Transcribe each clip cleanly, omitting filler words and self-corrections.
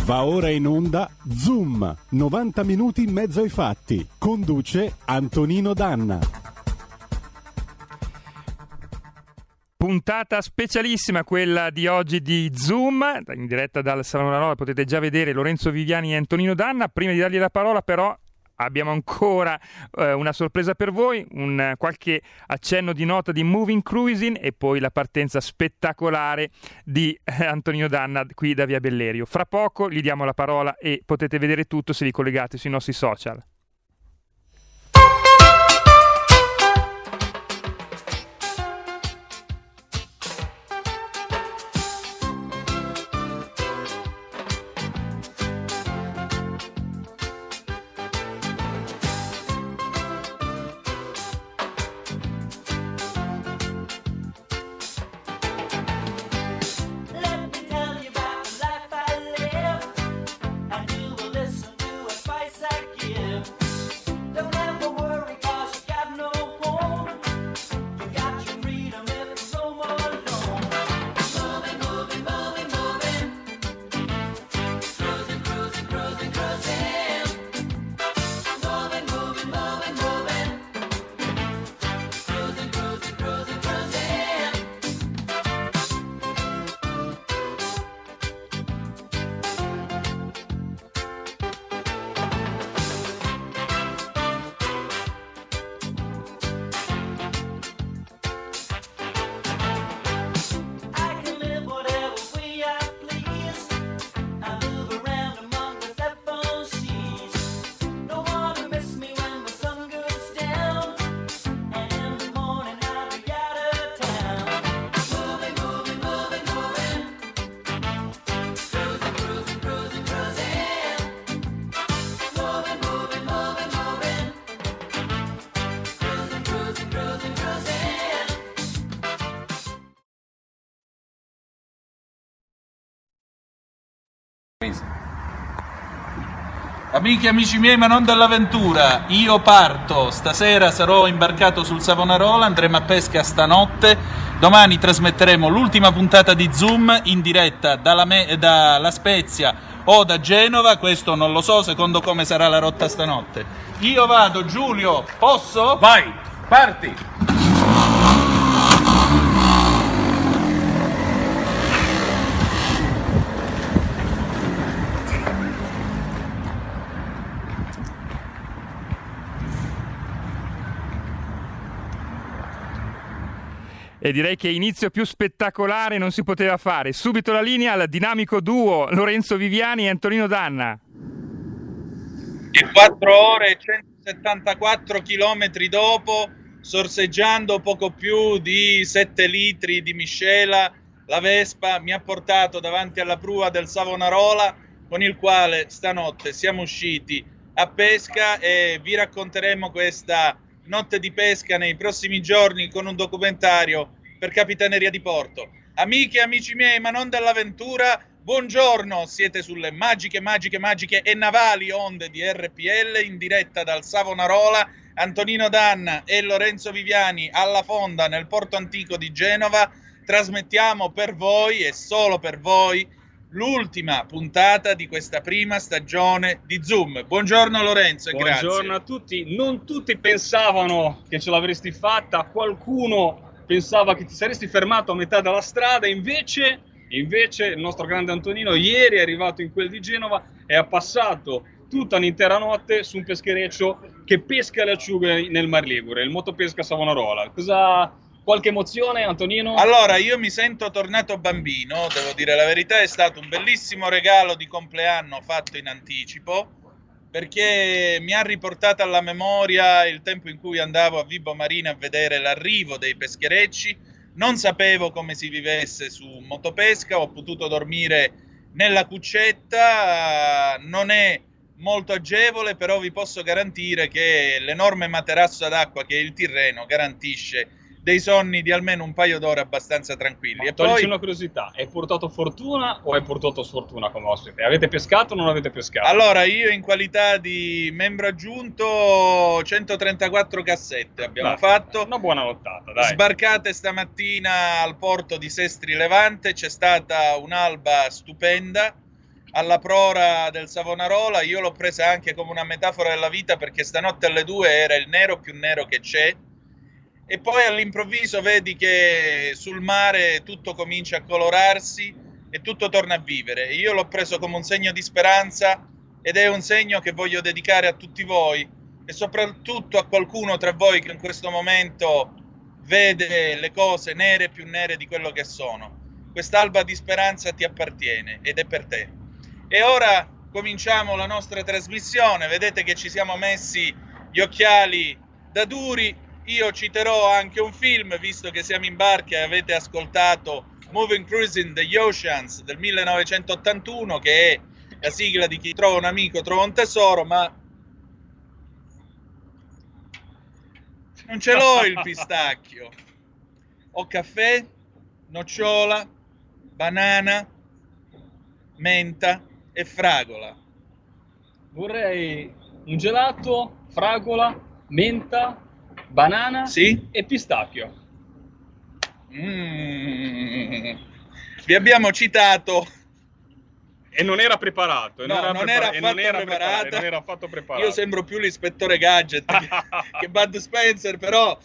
Va ora in onda Zoom, 90 minuti in mezzo ai fatti. Conduce Antonino Danna. Puntata specialissima quella di oggi di Zoom, in diretta dal Savonarola. Potete già vedere Lorenzo Viviani e Antonino Danna. Prima di dargli la parola però abbiamo ancora una sorpresa per voi, qualche accenno di nota di Moving Cruising e poi la partenza spettacolare di Antonino Danna qui da Via Bellerio. Fra poco gli diamo la parola e potete vedere tutto se vi collegate sui nostri social. Amiche e amici miei, ma non dall'avventura, io parto, stasera sarò imbarcato sul Savonarola, andremo a pesca stanotte, domani trasmetteremo l'ultima puntata di Zoom in diretta da La Spezia o da Genova, questo non lo so, secondo come sarà la rotta stanotte. Io vado, Giulio, posso? Vai, parti! E direi che inizio più spettacolare non si poteva fare. Subito la linea al dinamico duo Lorenzo Viviani e Antonino Danna. E 4 ore e 174 chilometri dopo, sorseggiando poco più di 7 litri di miscela, la Vespa mi ha portato davanti alla prua del Savonarola, con il quale stanotte siamo usciti a pesca e vi racconteremo questa notte di pesca nei prossimi giorni con un documentario per Capitaneria di Porto. Amiche e amici miei, ma non dell'avventura, buongiorno, siete sulle magiche e navali onde di RPL in diretta dal Savonarola. Antonino Danna e Lorenzo Viviani alla fonda nel porto antico di Genova. Trasmettiamo per voi e solo per voi l'ultima puntata di questa prima stagione di Zoom. Buongiorno Lorenzo e grazie. Buongiorno a tutti. Non tutti pensavano che ce l'avresti fatta, qualcuno pensava che ti saresti fermato a metà della strada, invece il nostro grande Antonino ieri è arrivato in quel di Genova e ha passato tutta un'intera notte su un peschereccio che pesca le acciughe nel Mar Ligure, il Motopesca Savonarola. Qualche emozione, Antonino? Allora, io mi sento tornato bambino, devo dire la verità, è stato un bellissimo regalo di compleanno fatto in anticipo, perché mi ha riportato alla memoria il tempo in cui andavo a Vibo Marina a vedere l'arrivo dei pescherecci. Non sapevo come si vivesse su motopesca, ho potuto dormire nella cuccetta, non è molto agevole, però vi posso garantire che l'enorme materasso d'acqua che è il Tirreno garantisce dei sonni di almeno un paio d'ore abbastanza tranquilli. E poi una curiosità, hai portato fortuna o hai portato sfortuna come ospite? Avete pescato o non avete pescato? Allora, io in qualità di membro aggiunto 134 cassette abbiamo fatto. Una buona nottata, dai. Sbarcate stamattina al porto di Sestri Levante, c'è stata un'alba stupenda. alla prora del Savonarola. Io l'ho presa anche come una metafora della vita, perché stanotte alle 2 era il nero più nero che c'è, e poi all'improvviso vedi che sul mare tutto comincia a colorarsi e tutto torna a vivere. Io l'ho preso come un segno di speranza, ed è un segno che voglio dedicare a tutti voi e soprattutto a qualcuno tra voi che in questo momento vede le cose nere più nere di quello che sono. Quest'alba di speranza ti appartiene ed è per te. E ora cominciamo la nostra trasmissione. Vedete che ci siamo messi gli occhiali da duri. Io citerò anche un film, visto che siamo in barca e avete ascoltato Moving Cruising the Oceans del 1981, che è la sigla di Chi trova un amico trova un tesoro, ma non ce l'ho il pistacchio. Ho caffè, nocciola, banana, menta e fragola. Vorrei un gelato, fragola, menta, banana Sì? e pistacchio. Vi abbiamo citato. E non era preparato. Non era affatto preparato. Io sembro più l'ispettore Gadget che Bud Spencer, però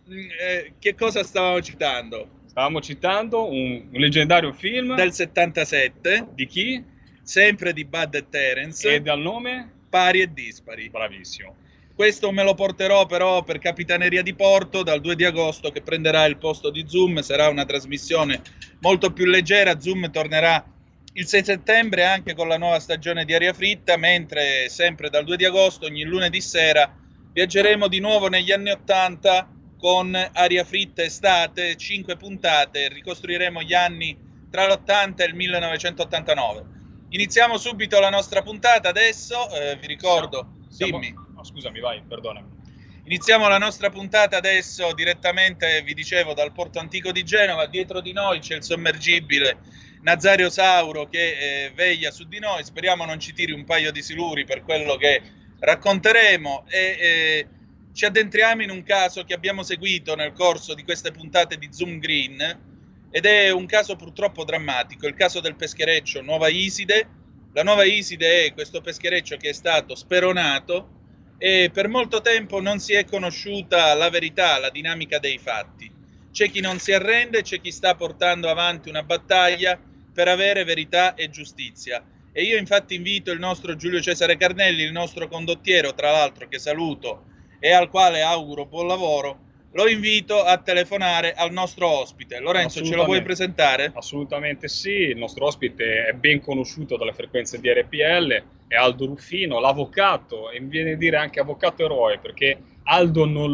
che cosa stavamo citando? Stavamo citando un leggendario film Del 77. di chi? Sempre di Bud e Terence. E dal nome? Pari e dispari. Bravissimo. Questo me lo porterò però per Capitaneria di Porto dal 2 di agosto, che prenderà il posto di Zoom. Sarà una trasmissione molto più leggera. Zoom tornerà il 6 settembre anche con la nuova stagione di Aria Fritta, mentre sempre dal 2 di agosto ogni lunedì sera viaggeremo di nuovo negli anni 80 con Aria Fritta Estate, 5 puntate, ricostruiremo gli anni tra l'80 e il 1989. Iniziamo subito la nostra puntata adesso, vi ricordo, dimmi. No, scusami, vai, perdonami. Iniziamo la nostra puntata adesso direttamente, vi dicevo, dal Porto Antico di Genova. Dietro di noi c'è il sommergibile Nazario Sauro che veglia su di noi. Speriamo non ci tiri un paio di siluri per quello che racconteremo, e ci addentriamo in un caso che abbiamo seguito nel corso di queste puntate di Zoom Green, ed è un caso purtroppo drammatico, il caso del peschereccio Nuova Iside. La Nuova Iside è questo peschereccio che è stato speronato e per molto tempo non si è conosciuta la verità, la dinamica dei fatti. C'è chi non si arrende, c'è chi sta portando avanti una battaglia per avere verità e giustizia. E io infatti invito il nostro Giulio Cesare Carnelli, il nostro condottiero, tra l'altro, che saluto e al quale auguro buon lavoro, lo invito a telefonare al nostro ospite. Lorenzo, ce lo vuoi presentare? Assolutamente sì, il nostro ospite è ben conosciuto dalle frequenze di RPL, è Aldo Ruffino, l'avvocato, e mi viene a dire anche avvocato eroe, perché Aldo non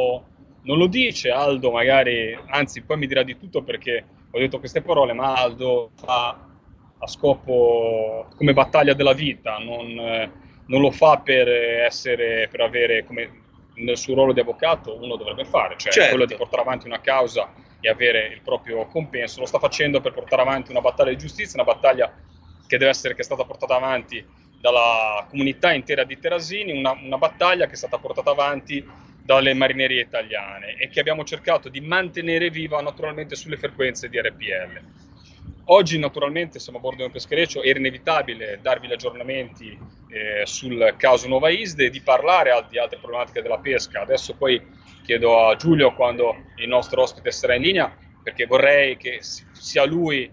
lo dice, Aldo magari, anzi poi mi dirà di tutto perché ho detto queste parole, ma Aldo fa a scopo come battaglia della vita, non lo fa per avere, come nel suo ruolo di avvocato uno dovrebbe fare, cioè certo, quello di portare avanti una causa e avere il proprio compenso. Lo sta facendo per portare avanti una battaglia di giustizia, una battaglia che è stata portata avanti dalla comunità intera di Terrasini, una battaglia che è stata portata avanti dalle marinerie italiane e che abbiamo cercato di mantenere viva naturalmente sulle frequenze di RPL. Oggi naturalmente siamo a bordo di un peschereccio, era inevitabile darvi gli aggiornamenti sul caso Nuova Iside, di parlare di altre problematiche della pesca. Adesso poi chiedo a Giulio quando il nostro ospite sarà in linea, perché vorrei che sia lui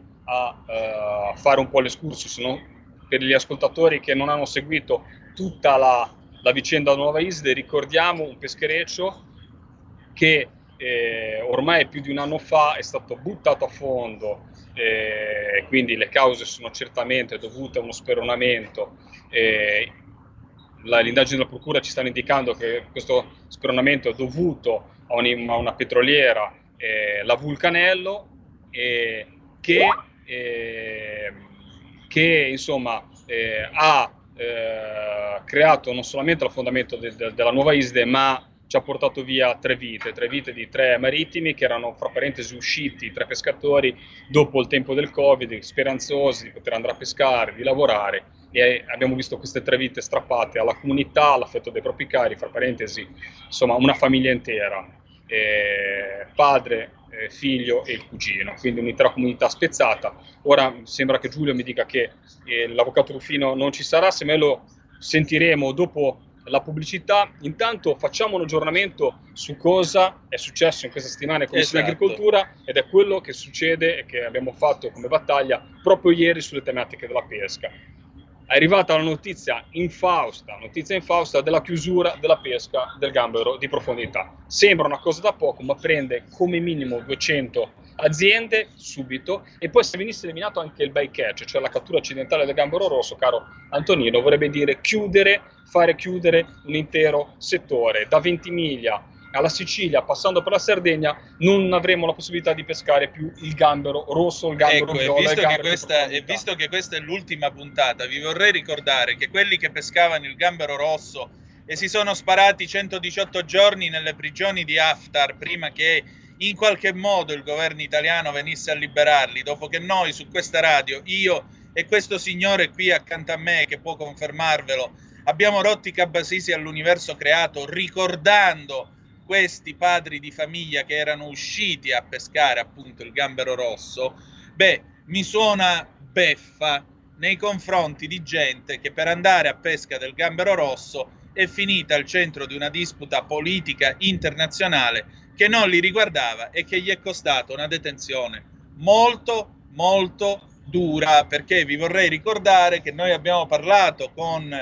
a fare un po' l'escursus, no? Per gli ascoltatori che non hanno seguito tutta la vicenda Nuova Iside, ricordiamo un peschereccio che ormai più di un anno fa è stato buttato a fondo, quindi le cause sono certamente dovute a uno speronamento. L'indagine della procura ci stanno indicando che questo speronamento è dovuto a una petroliera, la Vulcanello, che insomma ha creato non solamente l'affondamento della Nuova Iside, ma ci ha portato via tre vite di tre marittimi che erano, fra parentesi, usciti, 3 pescatori dopo il tempo del Covid, speranzosi di poter andare a pescare, di lavorare, e abbiamo visto queste 3 vite strappate alla comunità, all'affetto dei propri cari, fra parentesi, insomma una famiglia intera, padre, figlio e il cugino, quindi un'intera comunità spezzata. Ora sembra che Giulio mi dica che l'avvocato Ruffino non ci sarà, se me lo sentiremo dopo la pubblicità. Intanto facciamo un aggiornamento su cosa è successo in questa settimana in Commissione Agricoltura, ed è quello che succede e che abbiamo fatto come battaglia proprio ieri sulle tematiche della pesca. È arrivata la notizia infausta della chiusura della pesca del gambero di profondità. Sembra una cosa da poco, ma prende come minimo 200 aziende subito, e poi se venisse eliminato anche il bycatch, cioè la cattura accidentale del gambero rosso, caro Antonino, vorrebbe dire fare chiudere un intero settore. Da Ventimiglia alla Sicilia, passando per la Sardegna, non avremo la possibilità di pescare più il gambero rosso, il gambero viola, visto che questa è l'ultima puntata, vi vorrei ricordare che quelli che pescavano il gambero rosso e si sono sparati 118 giorni nelle prigioni di Haftar prima che in qualche modo il governo italiano venisse a liberarli, dopo che noi su questa radio, io e questo signore qui accanto a me che può confermarvelo, abbiamo rotto i cabasisi all'universo creato ricordando questi padri di famiglia che erano usciti a pescare appunto il gambero rosso. Mi suona beffa nei confronti di gente che per andare a pesca del gambero rosso è finita al centro di una disputa politica internazionale che non li riguardava e che gli è costata una detenzione molto molto dura, perché vi vorrei ricordare che noi abbiamo parlato con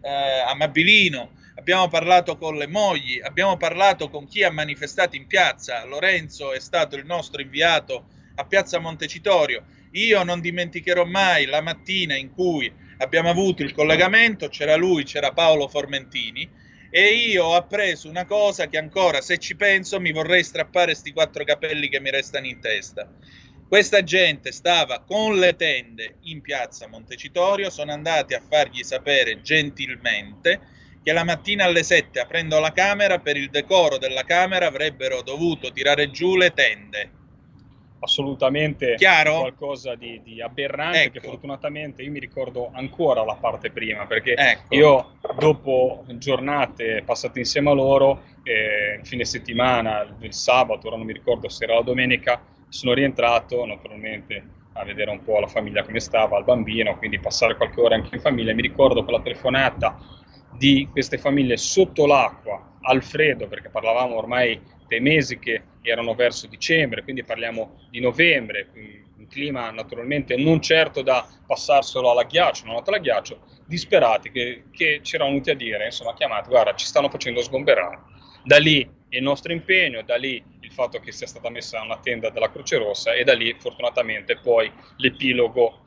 Amabilino, abbiamo parlato con le mogli, abbiamo parlato con chi ha manifestato in piazza. Lorenzo è stato il nostro inviato a Piazza Montecitorio. Io non dimenticherò mai la mattina in cui abbiamo avuto il collegamento, c'era lui, c'era Paolo Formentini, e io ho appreso una cosa che ancora, se ci penso, mi vorrei strappare sti 4 capelli che mi restano in testa. Questa gente stava con le tende in Piazza Montecitorio, sono andati a fargli sapere gentilmente che la mattina alle 7, aprendo la Camera, per il decoro della Camera avrebbero dovuto tirare giù le tende. Assolutamente. Chiaro? Qualcosa di aberrante, ecco. Che fortunatamente io mi ricordo ancora la parte prima, perché ecco. Io dopo giornate passate insieme a loro, fine settimana, il sabato, ora non mi ricordo se era la domenica, sono rientrato naturalmente a vedere un po' la famiglia come stava, il bambino, quindi passare qualche ora anche in famiglia. Mi ricordo quella telefonata di queste famiglie sotto l'acqua al freddo, perché parlavamo ormai dei mesi che erano verso dicembre, quindi parliamo di novembre, un clima naturalmente non certo da passarselo alla ghiaccio, una notte alla ghiaccio, disperati che ci erano venuti a dire, insomma, chiamati, guarda, ci stanno facendo sgomberare. Da lì il nostro impegno, da lì il fatto che sia stata messa una tenda della Croce Rossa, e da lì fortunatamente poi l'epilogo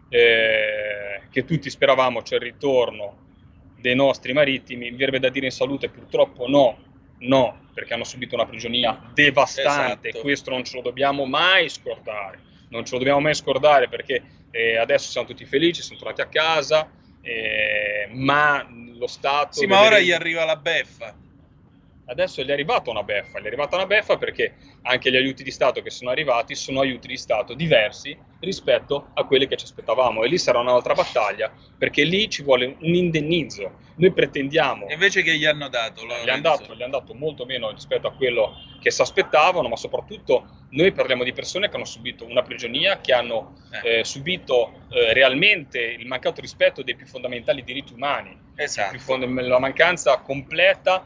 che tutti speravamo, cioè il ritorno dei nostri marittimi. Mi verrebbe da dire in salute, purtroppo no, perché hanno subito una prigionia devastante. Esatto. Questo non ce lo dobbiamo mai scordare, perché adesso siamo tutti felici, sono tornati a casa, ma lo Stato... Sì, ma ora gli arriva la beffa. Adesso gli è arrivata una beffa, perché anche gli aiuti di Stato che sono arrivati sono aiuti di Stato diversi rispetto a quelli che ci aspettavamo, e lì sarà un'altra battaglia, perché lì ci vuole un indennizzo. Noi pretendiamo... E invece che gli hanno dato? Gli hanno dato molto meno rispetto a quello che si aspettavano, ma soprattutto noi parliamo di persone che hanno subito una prigionia, che hanno subito realmente il mancato rispetto dei più fondamentali diritti umani, esatto. La mancanza completa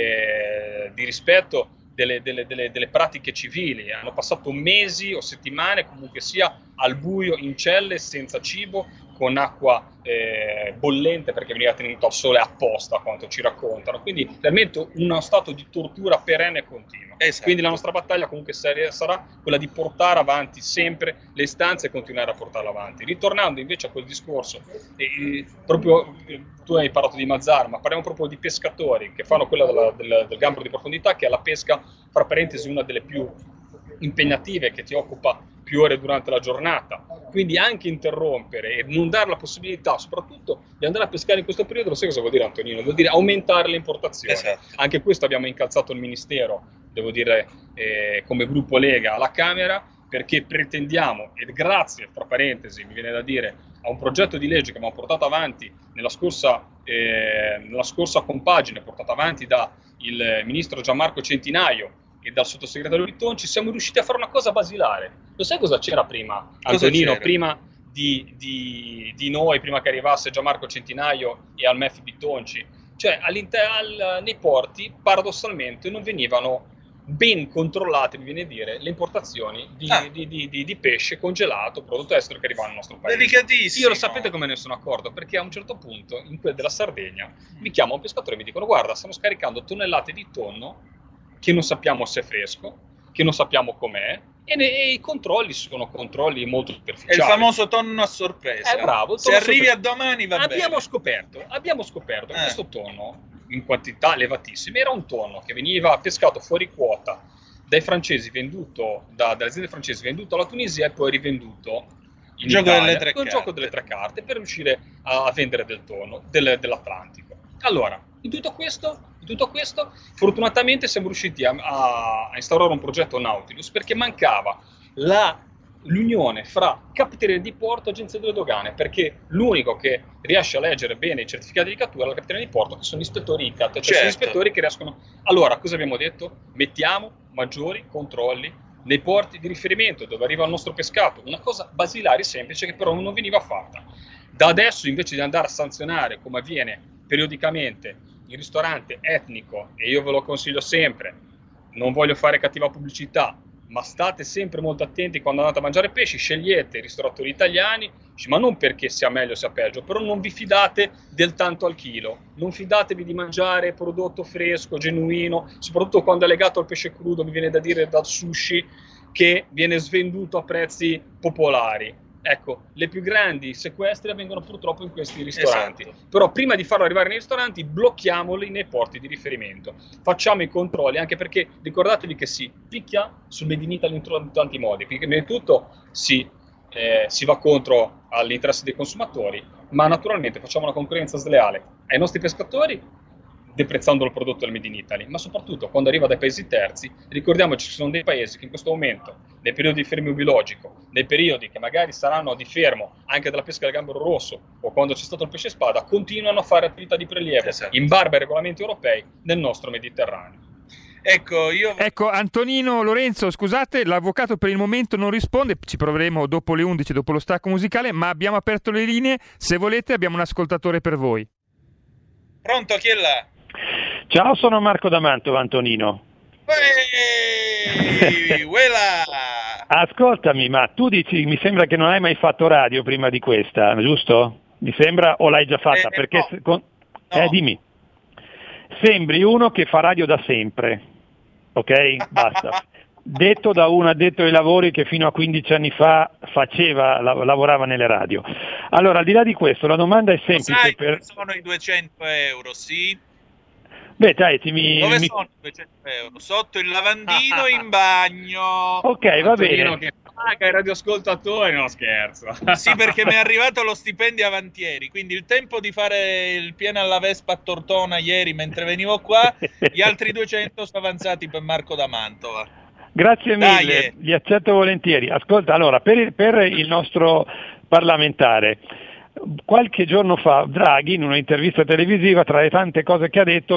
di rispetto delle pratiche civili. Hanno passato mesi o settimane comunque sia al buio, in celle, senza cibo, con acqua bollente perché veniva tenuto al sole apposta, a quanto ci raccontano. Quindi veramente uno stato di tortura perenne e continua. Esatto. Quindi la nostra battaglia comunque sarà quella di portare avanti sempre le istanze e continuare a portarle avanti. Ritornando invece a quel discorso, proprio tu hai parlato di Mazzara, ma parliamo proprio di pescatori che fanno quella del gambero di profondità, che è la pesca, fra parentesi, una delle più impegnative, che ti occupa più ore durante la giornata. Quindi anche interrompere e non dare la possibilità soprattutto di andare a pescare in questo periodo, lo sai cosa vuol dire, Antonino? Vuol dire aumentare le importazioni. Esatto. Anche questo abbiamo incalzato il Ministero, devo dire, come gruppo Lega alla Camera, perché pretendiamo, e grazie, fra parentesi, mi viene da dire, a un progetto di legge che abbiamo portato avanti nella scorsa compagine, portato avanti da il ministro Gianmarco Centinaio, e dal sottosegretario Bitonci, siamo riusciti a fare una cosa basilare. Lo sai cosa c'era prima, Antonino? Prima di noi, prima che arrivasse Gianmarco Centinaio e al MEF Bitonci? Cioè, nei porti, paradossalmente, non venivano ben controllate, mi viene a dire, le importazioni di pesce congelato, prodotto estero che arriva nel nostro paese. Delicatissimo. Io lo sapete come ne sono accorto? Perché a un certo punto, in quel della Sardegna, mi chiama un pescatore e mi dicono: guarda, stiamo scaricando tonnellate di tonno che non sappiamo se è fresco, che non sappiamo com'è, e i controlli sono controlli molto superficiali. È il famoso tonno a sorpresa. Bravo. Se arrivi a domani va bene. Abbiamo scoperto che questo tonno, in quantità elevatissime, era un tonno che veniva pescato fuori quota dai francesi, dalle aziende francesi, venduto alla Tunisia e poi rivenduto in Italia, con il gioco delle tre carte, per riuscire a vendere del tonno dell'Atlantico. Allora, in tutto questo, fortunatamente siamo riusciti a instaurare un progetto Nautilus, perché mancava l'unione fra capitaneria di porto e agenzia delle dogane, perché l'unico che riesce a leggere bene i certificati di cattura è la capitaneria di porto, che sono gli ispettori ICAT, cioè sono gli ispettori che riescono. Allora, cosa abbiamo detto? Mettiamo maggiori controlli nei porti di riferimento dove arriva il nostro pescato, una cosa basilare semplice che però non veniva fatta. Da adesso, invece di andare a sanzionare, come avviene periodicamente, il ristorante etnico, e io ve lo consiglio sempre, non voglio fare cattiva pubblicità, ma state sempre molto attenti quando andate a mangiare pesci, scegliete i ristoratori italiani, ma non perché sia meglio o sia peggio, però non vi fidate del tanto al chilo, non fidatevi di mangiare prodotto fresco, genuino, soprattutto quando è legato al pesce crudo, mi viene da dire dal sushi, che viene svenduto a prezzi popolari. Ecco, le più grandi sequestri avvengono purtroppo in questi ristoranti. Esatto. Però prima di farlo arrivare nei ristoranti, blocchiamoli nei porti di riferimento. Facciamo i controlli, anche perché ricordatevi che si picchia sul Made in Italy in tanti modi. Perché prima di tutto si va contro all'interesse dei consumatori, ma naturalmente facciamo una concorrenza sleale ai nostri pescatori, deprezzando il prodotto del Made in Italy, ma soprattutto quando arriva dai paesi terzi. Ricordiamoci che ci sono dei paesi che in questo momento, nei periodi di fermo biologico, nei periodi che magari saranno di fermo anche della pesca del gambero rosso o quando c'è stato il pesce spada, continuano a fare attività di prelievo in barba ai regolamenti europei nel nostro Mediterraneo. Ecco, Antonino, Lorenzo, scusate, l'avvocato per il momento non risponde, ci proveremo dopo le 11, dopo lo stacco musicale, ma abbiamo aperto le linee, se volete abbiamo un ascoltatore per voi. Pronto, chi è là? Ciao, sono Marco da Mantova, Antonino. Ascoltami, ma tu dici, mi sembra che non hai mai fatto radio prima di questa, giusto? Mi sembra, o l'hai già fatta? Perché no. Dimmi. Sembri uno che fa radio da sempre, ok? Basta. Detto da un addetto ai lavori che fino a 15 anni fa lavorava nelle radio. Allora, al di là di questo, la domanda è semplice. Sono i 200 euro, sì? Beh, dai, Dove sono i 200 euro? Sotto il lavandino in bagno. Ok, va bene. Che paga i radioascoltatori, no scherzo. Sì, perché mi è arrivato lo stipendio avantieri, quindi il tempo di fare il pieno alla Vespa a Tortona ieri mentre venivo qua, gli altri 200 sono avanzati per Marco da Mantova. Grazie mille, li accetto volentieri. Ascolta, allora, per il nostro parlamentare, qualche giorno fa Draghi, in un'intervista televisiva, tra le tante cose che ha detto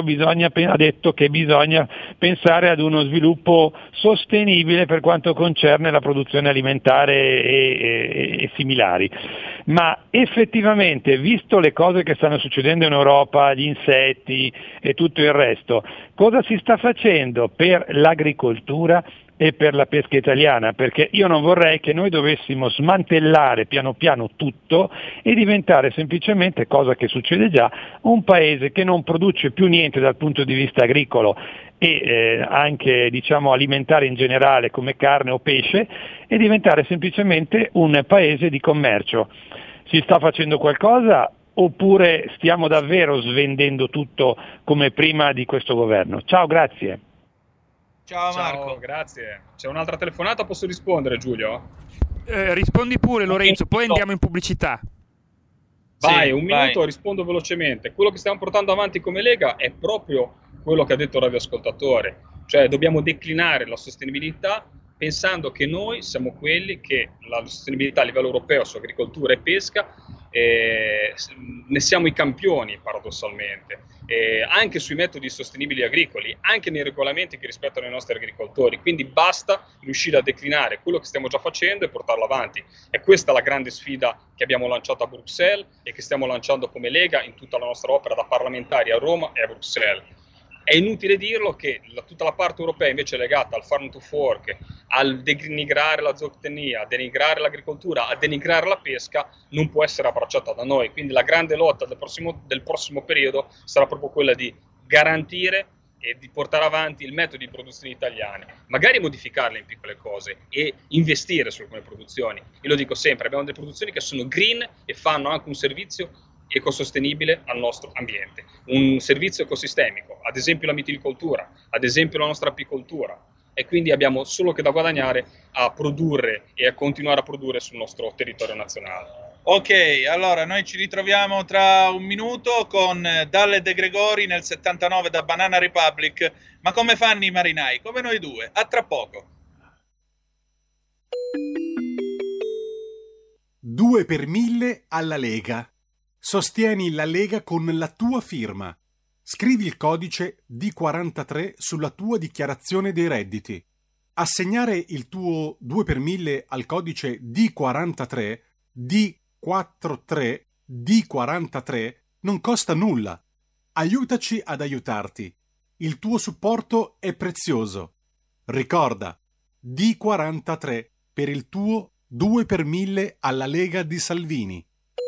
che bisogna pensare ad uno sviluppo sostenibile per quanto concerne la produzione alimentare e similari. Ma effettivamente, visto le cose che stanno succedendo in Europa, gli insetti e tutto il resto, cosa si sta facendo per l'agricoltura e per la pesca italiana? Perché io non vorrei che noi dovessimo smantellare piano piano tutto e diventare semplicemente, cosa che succede già, un paese che non produce più niente dal punto di vista agricolo e anche alimentare in generale come carne o pesce, e diventare semplicemente un paese di commercio. Si sta facendo qualcosa oppure stiamo davvero svendendo tutto come prima di questo governo? Ciao, grazie. Ciao Marco. Ciao, grazie. C'è un'altra telefonata, posso rispondere, Giulio? Rispondi pure, Lorenzo, poi andiamo in pubblicità. Vai, un minuto, rispondo velocemente. Quello che stiamo portando avanti come Lega è proprio quello che ha detto il radioascoltatore, cioè dobbiamo declinare la sostenibilità pensando che noi siamo quelli che la sostenibilità a livello europeo su agricoltura e pesca ne siamo i campioni paradossalmente, anche sui metodi sostenibili agricoli, anche nei regolamenti che rispettano i nostri agricoltori. Quindi basta riuscire a declinare quello che stiamo già facendo e portarlo avanti. E questa è la grande sfida che abbiamo lanciato a Bruxelles e che stiamo lanciando come Lega in tutta la nostra opera da parlamentari a Roma e a Bruxelles. È inutile dirlo che tutta la parte europea invece è legata al farm to fork, al denigrare la zootecnia, a denigrare l'agricoltura, a denigrare la pesca, non può essere abbracciata da noi. Quindi la grande lotta del prossimo periodo sarà proprio quella di garantire e di portare avanti il metodo di produzione italiane, magari modificarle in piccole cose e investire su alcune produzioni. Io lo dico sempre, abbiamo delle produzioni che sono green e fanno anche un servizio ecosostenibile al nostro ambiente, un servizio ecosistemico, ad esempio la mitilicoltura, ad esempio la nostra apicoltura, e quindi abbiamo solo che da guadagnare a produrre e a continuare a produrre sul nostro territorio nazionale. Ok, allora noi ci ritroviamo tra un minuto con Dalle De Gregori nel 79 da Banana Republic, ma come fanno i marinai? Come noi due, a tra poco. 2 per 1000 alla Lega. Sostieni la Lega con la tua firma. Scrivi il codice D43 sulla tua dichiarazione dei redditi. Assegnare il tuo 2 per 1000 al codice D43, D43, D43 non costa nulla. Aiutaci ad aiutarti. Il tuo supporto è prezioso. Ricorda, D43 per il tuo 2 per 1000 alla Lega di Salvini.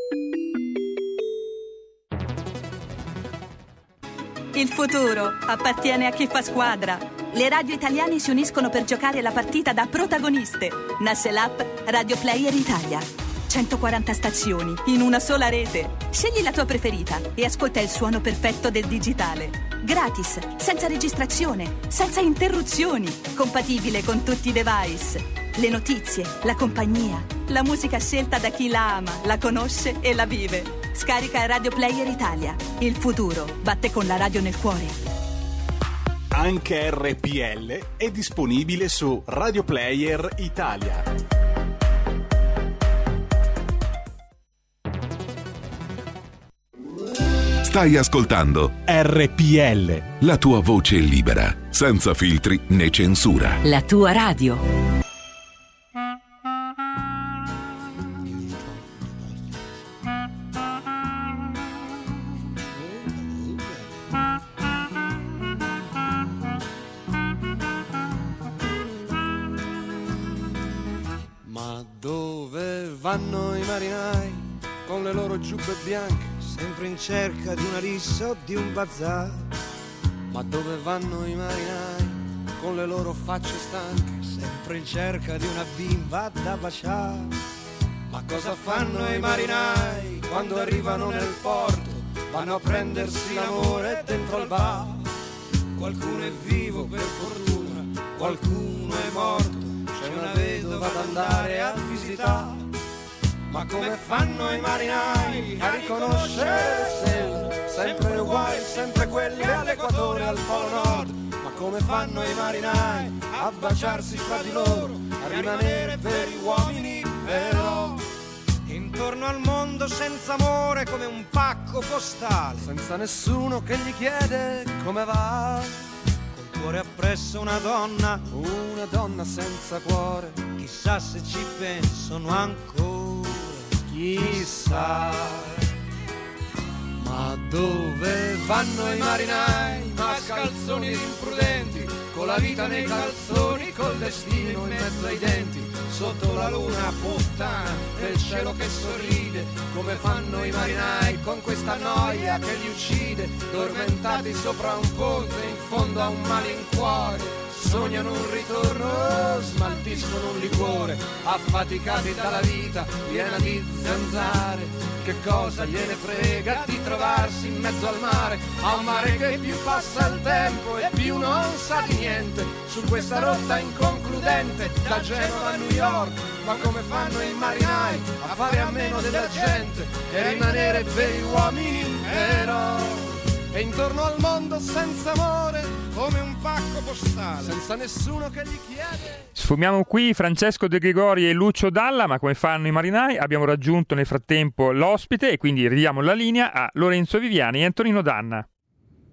Il futuro appartiene a chi fa squadra. Le radio italiane si uniscono per giocare la partita da protagoniste. Nasce l'app Radio Player Italia. 140 stazioni in una sola rete. Scegli la tua preferita e ascolta il suono perfetto del digitale. Gratis, senza registrazione, senza interruzioni. Compatibile con tutti i device. Le notizie, la compagnia, la musica scelta da chi la ama, la conosce e la vive. Scarica Radio Player Italia. Il futuro batte con la radio nel cuore. Anche RPL è disponibile su Radio Player Italia. Stai ascoltando RPL, la tua voce libera, senza filtri né censura. La tua radio. Vanno i marinai con le loro giubbe bianche, sempre in cerca di una rissa o di un bazar. Ma dove vanno i marinai con le loro facce stanche, sempre in cerca di una bimba da baciare? Ma cosa fanno i marinai quando arrivano nel porto? Vanno a prendersi l'amore dentro al bar. Qualcuno è vivo per fortuna, qualcuno è morto, c'è una vedova da andare a visitare. Ma come fanno i marinai a riconoscere stelle, sempre uguali, sempre quelle all'equatore, al polo nord? Ma come fanno i marinai a baciarsi fra di loro, a rimanere veri uomini però? Intorno al mondo senza amore come un pacco postale, senza nessuno che gli chiede come va. Col cuore appresso una donna senza cuore, chissà se ci pensano ancora. Chissà, ma dove vanno i marinai, mascalzoni ed imprudenti, con la vita nei calzoni, col destino in mezzo ai denti, sotto la luna puttana del cielo che sorride? Come fanno i marinai con questa noia che li uccide, dormentati sopra un ponte in fondo a un malincuore? Sognano un ritorno, smaltiscono un liquore, affaticati dalla vita piena di zanzare. Che cosa gliene frega di trovarsi in mezzo al mare, a un mare che più passa il tempo e più non sa di niente, su questa rotta inconcludente da Genova a New York? Ma come fanno i marinai a fare a meno della gente e rimanere veri uomini però? E intorno al mondo senza amore come un pacco postale, senza nessuno che gli chiede. Sfumiamo qui Francesco De Gregori e Lucio Dalla, ma come fanno i marinai? Abbiamo raggiunto nel frattempo l'ospite e quindi ridiamo la linea a Lorenzo Viviani e Antonino Danna.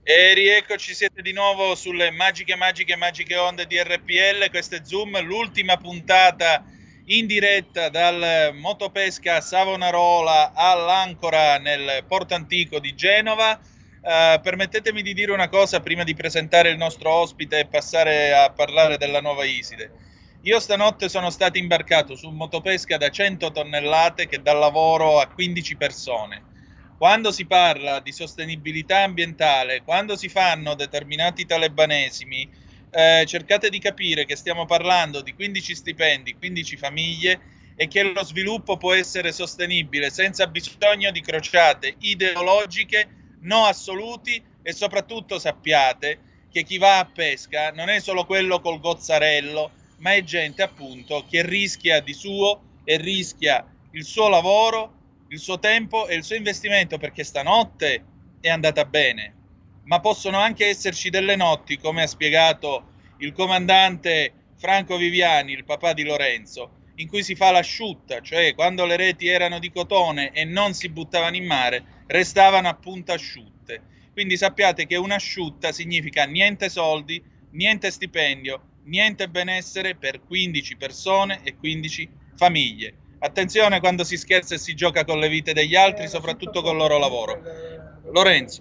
E rieccoci, siete di nuovo sulle magiche onde di RPL. Questo è Zoom, l'ultima puntata in diretta dal Motopesca Savonarola all'Ancora nel Porto Antico di Genova. Permettetemi di dire una cosa prima di presentare il nostro ospite e passare a parlare della nuova Iside. Io stanotte sono stato imbarcato su un motopesca da 100 tonnellate che dà lavoro a 15 persone. Quando si parla di sostenibilità ambientale, quando si fanno determinati talebanesimi, cercate di capire che stiamo parlando di 15 stipendi, 15 famiglie e che lo sviluppo può essere sostenibile senza bisogno di crociate ideologiche, no assoluti, e soprattutto sappiate che chi va a pesca non è solo quello col gozzarello, ma è gente appunto che rischia di suo e rischia il suo lavoro, il suo tempo e il suo investimento, perché stanotte è andata bene, ma possono anche esserci delle notti, come ha spiegato il comandante Franco Viviani, il papà di Lorenzo, in cui si fa l'asciutta, cioè quando le reti erano di cotone e non si buttavano in mare, restavano appunto asciutte. Quindi sappiate che un'asciutta significa niente soldi, niente stipendio, niente benessere per 15 persone e 15 famiglie. Attenzione quando si scherza e si gioca con le vite degli altri, soprattutto con il loro lavoro. Lorenzo.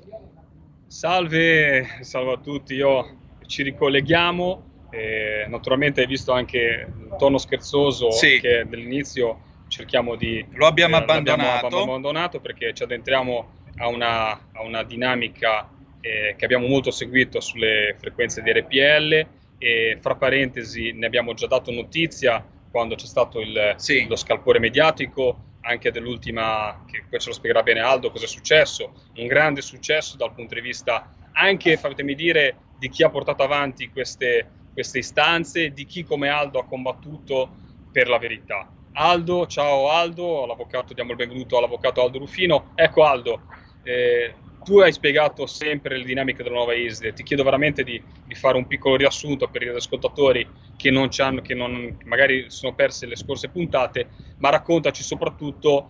Salve a tutti, ci ricolleghiamo. Naturalmente hai visto anche il tono scherzoso che dall'inizio cerchiamo di... Lo abbiamo abbandonato perché ci addentriamo a una dinamica che abbiamo molto seguito sulle frequenze di RPL, e fra parentesi ne abbiamo già dato notizia quando c'è stato lo scalpore mediatico anche dell'ultima, che poi ce lo spiegherà bene Aldo cosa è successo, un grande successo dal punto di vista anche, fatemi dire, di chi ha portato avanti queste istanze, di chi come Aldo ha combattuto per la verità. Aldo, ciao Aldo, l'avvocato, diamo il benvenuto all'avvocato Aldo Rufino. Ecco Aldo, tu hai spiegato sempre le dinamiche della nuova Iside, ti chiedo veramente di fare un piccolo riassunto per gli ascoltatori che magari sono perse le scorse puntate, ma raccontaci soprattutto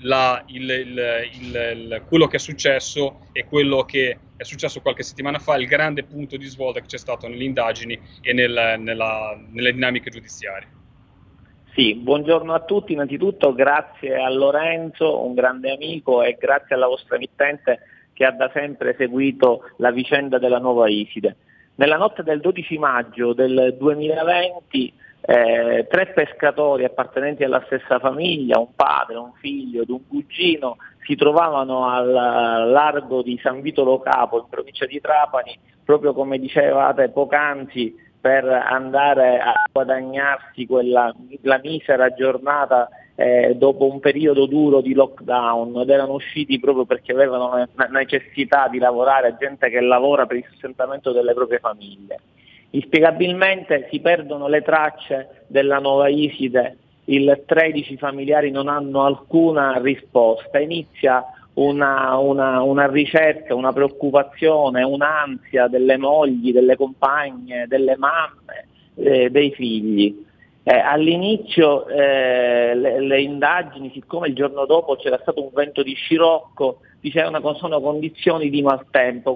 quello che è successo e quello che è successo qualche settimana fa, il grande punto di svolta che c'è stato nelle indagini e nelle dinamiche giudiziarie. Sì, buongiorno a tutti, innanzitutto grazie a Lorenzo, un grande amico, e grazie alla vostra emittente che ha da sempre seguito la vicenda della nuova Iside. Nella notte del 12 maggio del 2020 3 pescatori appartenenti alla stessa famiglia, un padre, un figlio ed un cugino, si trovavano al largo di San Vito Lo Capo, in provincia di Trapani, proprio come dicevate poc'anzi, per andare a guadagnarsi la misera giornata dopo un periodo duro di lockdown, ed erano usciti proprio perché avevano necessità di lavorare, gente che lavora per il sostentamento delle proprie famiglie. Inspiegabilmente si perdono le tracce della nuova Iside, 13 familiari non hanno alcuna risposta, inizia una ricerca, una preoccupazione, un'ansia delle mogli, delle compagne, delle mamme, dei figli. All'inizio le indagini, siccome il giorno dopo c'era stato un vento di scirocco, dicevano che sono condizioni di maltempo,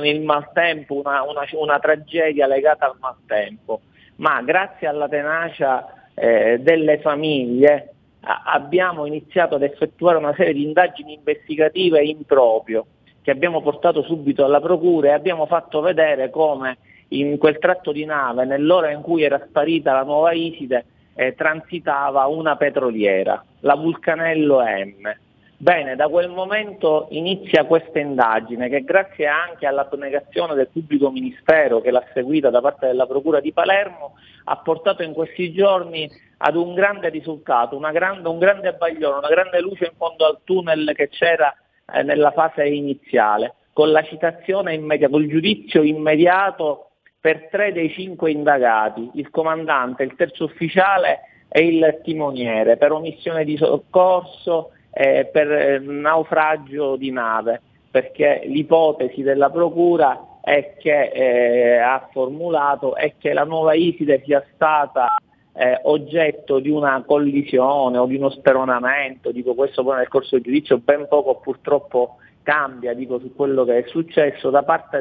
una tragedia legata al maltempo, ma grazie alla tenacia delle famiglie abbiamo iniziato ad effettuare una serie di indagini investigative in proprio, che abbiamo portato subito alla procura, e abbiamo fatto vedere come in quel tratto di nave, nell'ora in cui era sparita la nuova Iside, transitava una petroliera, la Vulcanello M. Bene, da quel momento inizia questa indagine che, grazie anche all'abnegazione del pubblico ministero che l'ha seguita da parte della Procura di Palermo, ha portato in questi giorni ad un grande risultato, un grande abbaglione, una grande luce in fondo al tunnel che c'era nella fase iniziale, con la citazione immediata, col giudizio immediato per 3 dei 5 indagati, il comandante, il terzo ufficiale e il timoniere, per omissione di soccorso, per naufragio di nave, perché l'ipotesi della procura è che ha formulato è che la nuova Iside sia stata oggetto di una collisione o di uno speronamento. Dico, questo poi nel corso del giudizio ben poco purtroppo cambia, dico, su quello che è successo da parte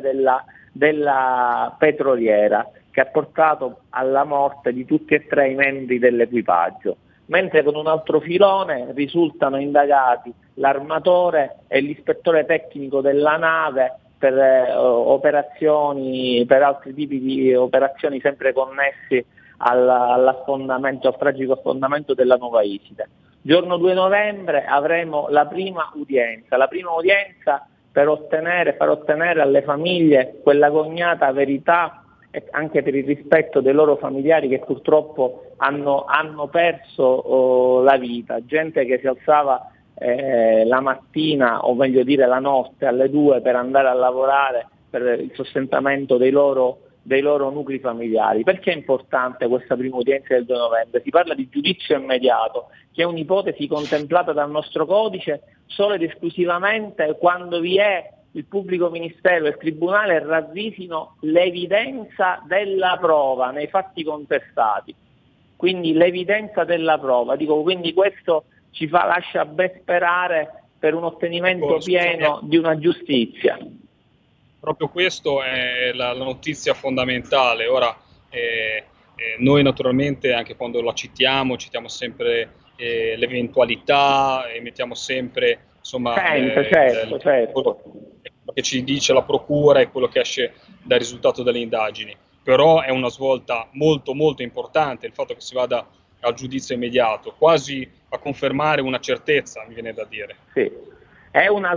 della petroliera, che ha portato alla morte di tutti e tre i membri dell'equipaggio, mentre con un altro filone risultano indagati l'armatore e l'ispettore tecnico della nave per operazioni, per altri tipi di operazioni sempre connessi all'affondamento, al tragico affondamento della Nuova Iside. Giorno 2 novembre avremo la prima udienza per far ottenere alle famiglie quella cognata verità, e anche per il rispetto dei loro familiari che purtroppo hanno perso la vita, gente che si alzava la mattina, o meglio dire la notte, alle 2 per andare a lavorare per il sostentamento dei loro nuclei familiari. Perché è importante questa prima udienza del 2 novembre? Si parla di giudizio immediato, che è un'ipotesi contemplata dal nostro codice solo ed esclusivamente quando vi è il pubblico ministero e il tribunale ravvisino l'evidenza della prova nei fatti contestati. Quindi l'evidenza della prova, quindi questo ci lascia ben sperare per un ottenimento pieno di una giustizia. Proprio questo è la notizia fondamentale. Ora, noi naturalmente, anche quando la citiamo sempre l'eventualità e mettiamo sempre, insomma, certo. quello che ci dice la procura e quello che esce dal risultato delle indagini. Però è una svolta molto molto importante il fatto che si vada al giudizio immediato, quasi a confermare una certezza, mi viene da dire. Sì. È una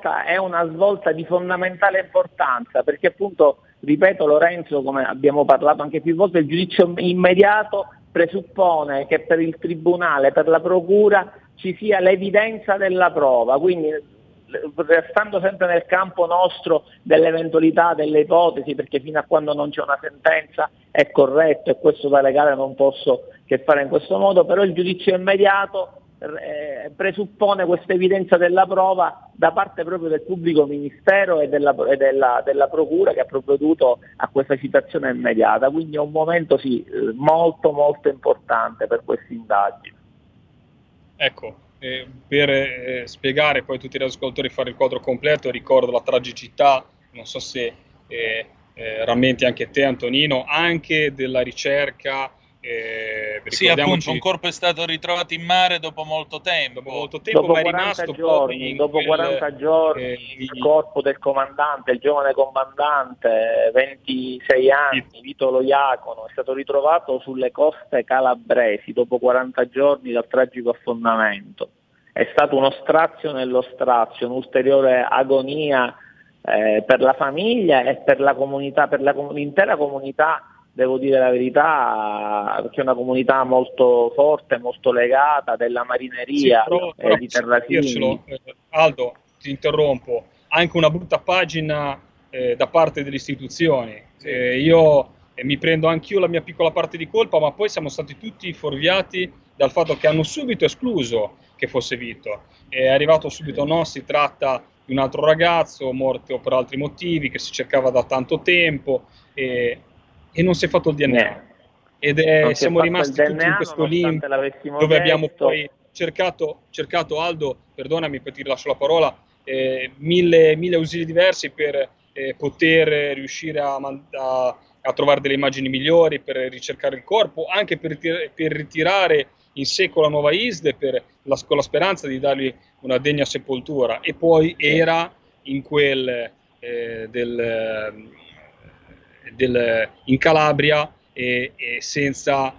svolta di fondamentale importanza, perché appunto, ripeto Lorenzo, come abbiamo parlato anche più volte, il giudizio immediato presuppone che per il tribunale, per la procura, ci sia l'evidenza della prova, quindi restando sempre nel campo nostro dell'eventualità, delle ipotesi, perché fino a quando non c'è una sentenza è corretto, e questo da legale non posso che fare in questo modo, però il giudizio immediato presuppone questa evidenza della prova da parte proprio del pubblico ministero e della procura, che ha provveduto a questa citazione immediata. Quindi è un momento molto molto importante per queste indagini. Ecco, per spiegare poi a tutti gli ascoltatori, fare il quadro completo, ricordo la tragicità, non so se rammenti anche te Antonino, anche della ricerca. Sì, appunto, un corpo è stato ritrovato in mare dopo molto tempo, dopo ma è rimasto dopo 40 giorni il corpo del comandante, il giovane comandante, 26 anni, Vito Loiacono, è stato ritrovato sulle coste calabresi dopo 40 giorni dal tragico affondamento. È stato uno strazio nello strazio, un'ulteriore agonia per la famiglia e per la comunità, per l'intera comunità. Devo dire la verità, perché è una comunità molto forte, molto legata, della marineria di Terrasini. Aldo, ti interrompo, anche una brutta pagina da parte delle istituzioni. Io mi prendo anch'io la mia piccola parte di colpa, ma poi siamo stati tutti fuorviati dal fatto che hanno subito escluso che fosse Vito. È arrivato subito, no, si tratta di un altro ragazzo morto per altri motivi, che si cercava da tanto tempo, e non si è fatto il DNA, ed siamo rimasti tutti in questo limbo dove abbiamo poi cercato Aldo, perdonami, poi ti lascio la parola, mille ausili diversi per poter riuscire a trovare delle immagini migliori, per ricercare il corpo, anche per ritirare in secco la Nuova Iside, con la speranza di dargli una degna sepoltura. E poi era in quel in Calabria e senza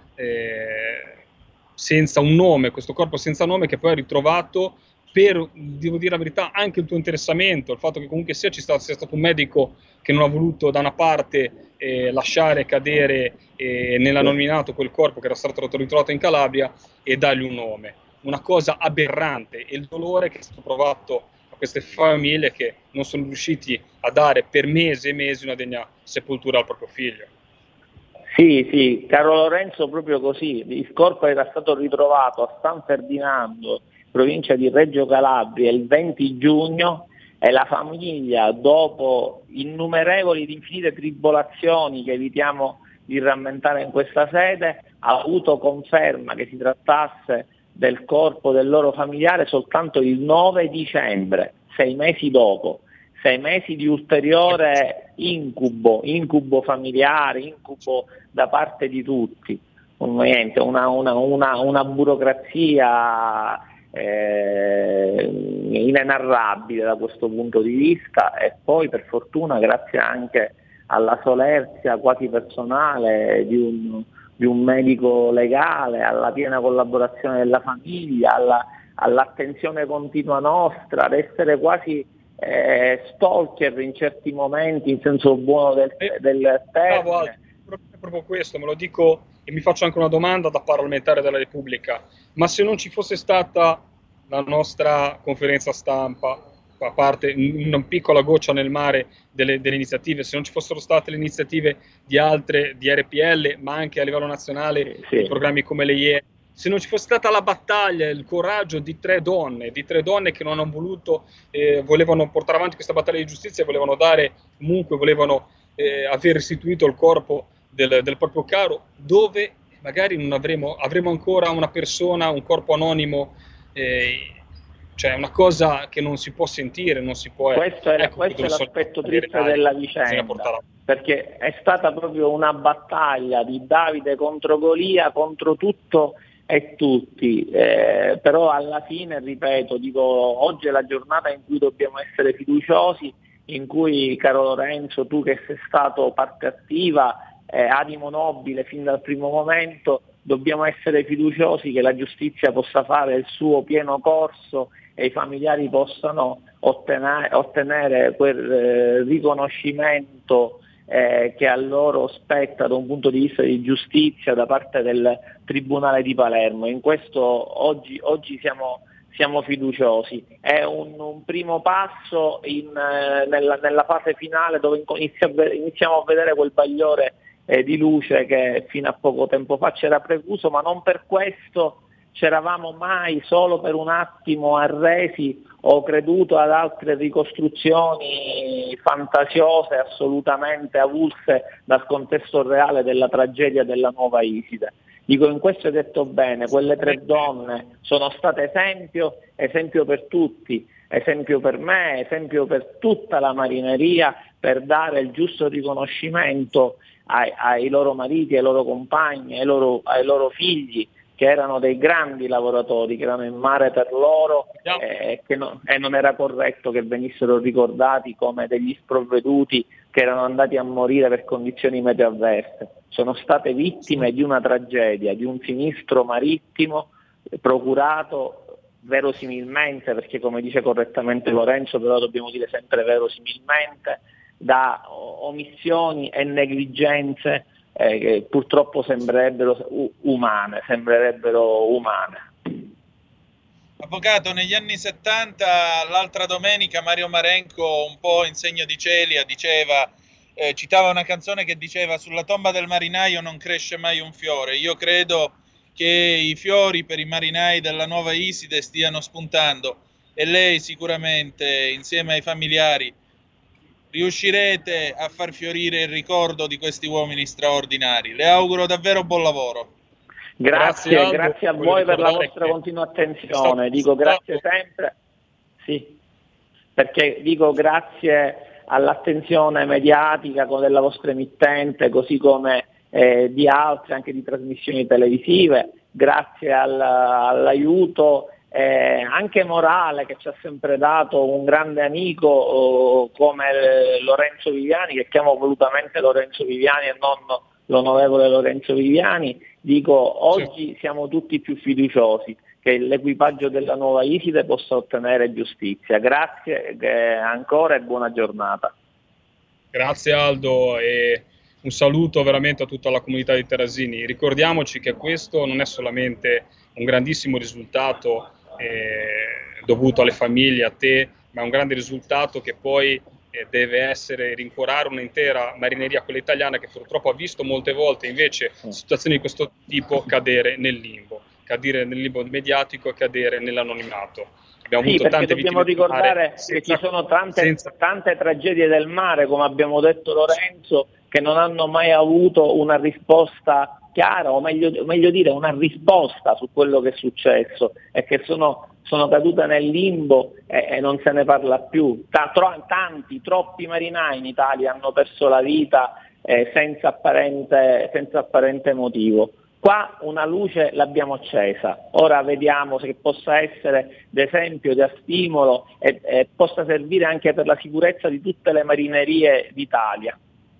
un nome, questo corpo senza nome, che poi ha ritrovato devo dire la verità, anche il tuo interessamento, il fatto che comunque sia sia stato un medico che non ha voluto da una parte lasciare cadere nell'anonimato quel corpo che era stato ritrovato in Calabria e dargli un nome. Una cosa aberrante, e il dolore che è stato provato a queste famiglie che non sono riusciti a dare per mesi e mesi una degna sepoltura al proprio figlio. Sì, caro Lorenzo, proprio così. Il corpo era stato ritrovato a San Ferdinando, provincia di Reggio Calabria, il 20 giugno, e la famiglia, dopo innumerevoli ed infinite tribolazioni che evitiamo di rammentare in questa sede, avuto conferma che si trattasse del corpo del loro familiare soltanto il 9 dicembre, 6 mesi dopo. 6 mesi di ulteriore incubo familiare, incubo da parte di tutti. Una burocrazia inenarrabile da questo punto di vista, e poi per fortuna grazie anche alla solerzia quasi personale di un medico legale, alla piena collaborazione della famiglia, all'attenzione continua nostra, ad essere quasi stalker in certi momenti, in senso buono del termine. Proprio questo, me lo dico e mi faccio anche una domanda da parlamentare della Repubblica: ma se non ci fosse stata la nostra conferenza stampa, a parte una piccola goccia nel mare delle iniziative, se non ci fossero state le iniziative di altre, di RPL, ma anche a livello nazionale, programmi come le IE, se non ci fosse stata la battaglia, il coraggio di tre donne che non hanno voluto, volevano portare avanti questa battaglia di giustizia, volevano aver restituito il corpo del proprio caro, dove magari non avremo ancora una persona, un corpo anonimo, cioè una cosa che non si può sentire, non si può... Questo è l'aspetto triste della vicenda, perché è stata proprio una battaglia di Davide contro Golia, contro tutto e tutti, però alla fine, ripeto, oggi è la giornata in cui dobbiamo essere fiduciosi, in cui, caro Lorenzo, tu che sei stato parte attiva, animo nobile fin dal primo momento, dobbiamo essere fiduciosi che la giustizia possa fare il suo pieno corso e i familiari possano ottenere quel riconoscimento che a loro spetta da un punto di vista di giustizia da parte del Tribunale di Palermo. In questo oggi siamo fiduciosi. È un primo passo nella fase finale, dove iniziamo a vedere quel bagliore di luce che fino a poco tempo fa c'era precluso, ma non per questo c'eravamo mai solo per un attimo arresi o creduto ad altre ricostruzioni fantasiose, assolutamente avulse dal contesto reale della tragedia della Nuova Iside. In questo hai detto bene, quelle tre donne sono state esempio per tutti, esempio per me, esempio per tutta la marineria, per dare il giusto riconoscimento ai loro mariti, ai loro compagni, ai loro figli, che erano dei grandi lavoratori, che erano in mare per loro, e non era corretto che venissero ricordati come degli sprovveduti che erano andati a morire per condizioni meteo avverse. Sono state vittime di una tragedia, di un sinistro marittimo procurato verosimilmente, perché come dice correttamente Lorenzo, però dobbiamo dire sempre verosimilmente, da omissioni e negligenze che purtroppo sembrerebbero umane. Avvocato, negli anni 70, l'altra domenica, Mario Marenco, un po' in segno di celia, citava una canzone che diceva: sulla tomba del marinaio non cresce mai un fiore. Io credo che i fiori per i marinai della Nuova Iside stiano spuntando, e lei sicuramente, insieme ai familiari, riuscirete a far fiorire il ricordo di questi uomini straordinari. Le auguro davvero buon lavoro. Grazie a voi per la vostra continua attenzione. Dico grazie sempre, sì, perché dico grazie all'attenzione mediatica della vostra emittente, così come di altre, anche di trasmissioni televisive, grazie all'aiuto anche morale che ci ha sempre dato un grande amico come Lorenzo Viviani, che chiamo volutamente Lorenzo Viviani e non l'onorevole Lorenzo Viviani. Dico, oggi siamo tutti più fiduciosi che l'equipaggio della Nuova Iside possa ottenere giustizia. Grazie ancora e buona giornata. Grazie Aldo, e un saluto veramente a tutta la comunità di Terrasini. Ricordiamoci che questo non è solamente un grandissimo risultato dovuto alle famiglie, a te, ma è un grande risultato che poi deve essere rincuorare un'intera marineria, quella italiana, che purtroppo ha visto molte volte invece situazioni di questo tipo cadere nel limbo mediatico e cadere nell'anonimato. Abbiamo avuto tante dobbiamo ricordare che ci sono tante tragedie del mare, come abbiamo detto Lorenzo, che non hanno mai avuto una risposta chiara, o meglio dire una risposta su quello che è successo e che sono caduta nel limbo e non se ne parla più. Troppi marinai in Italia hanno perso la vita senza apparente motivo. Qua una luce l'abbiamo accesa, ora vediamo se possa essere d'esempio, da stimolo e possa servire anche per la sicurezza di tutte le marinerie d'Italia.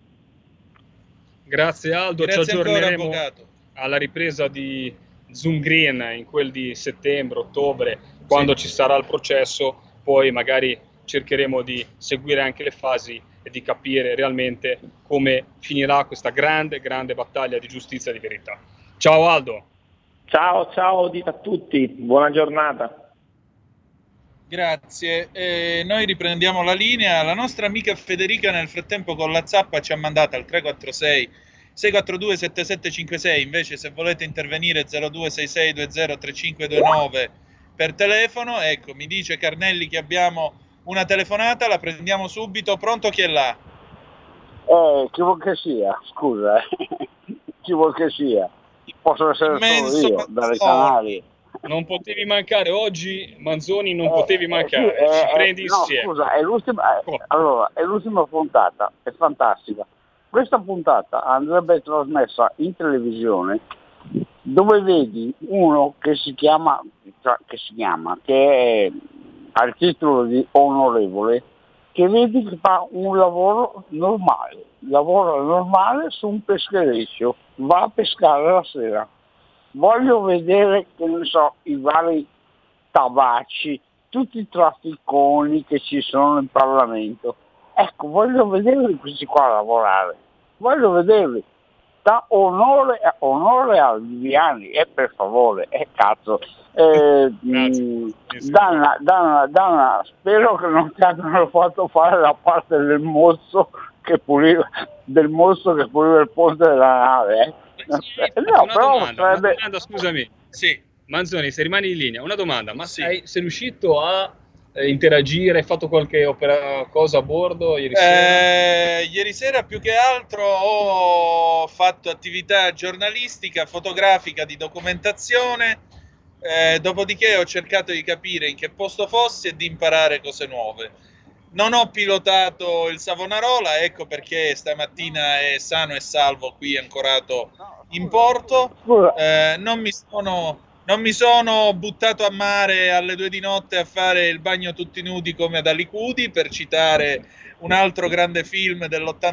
Grazie Aldo, Grazie ci aggiorneremo ancora, alla ripresa di Zoom Green in quel di settembre, ottobre, quando ci sarà il processo, poi magari cercheremo di seguire anche le fasi e di capire realmente come finirà questa grande battaglia di giustizia e di verità. Ciao Aldo. Ciao a tutti, buona giornata. Grazie. Noi riprendiamo la linea. La nostra amica Federica nel frattempo con la zappa ci ha mandato al 346 642 7756. Invece se volete intervenire 0266 20 3529 per telefono. Ecco, mi dice Carnelli che abbiamo una telefonata, la prendiamo subito. Pronto, chi è là? Chi vuol che sia, scusa. Chi vuol che sia. Posso essere solo io, dalle Canarie. Non potevi mancare oggi, Manzoni, non potevi mancare. Ci prendi insieme. Scusa, è l'ultima puntata, è fantastica. Questa puntata andrebbe trasmessa in televisione, dove vedi uno che ha il titolo di onorevole, che vedi che fa un lavoro normale su un peschereccio, va a pescare la sera. Voglio vedere, che ne so, i vari tabacci, tutti i trafficoni che ci sono in Parlamento. Ecco, voglio vederli questi qua lavorare, voglio vederli. Da onore a Viviani, per favore, cazzo. Danna, spero che non ti abbiano fatto fare la parte del mozzo che puliva il ponte della nave. Una domanda, scusami. Sì. Manzoni, se rimani in linea, una domanda, ma sei riuscito a interagire, hai fatto qualche cosa a bordo ieri sera? Ieri sera più che altro ho fatto attività giornalistica, fotografica, di documentazione, dopodiché ho cercato di capire in che posto fossi e di imparare cose nuove. Non ho pilotato il Savonarola, ecco perché stamattina è sano e salvo qui ancorato in porto. Non mi sono buttato a mare alle 2 di notte a fare il bagno tutti nudi come ad Alicudi, per citare un altro grande film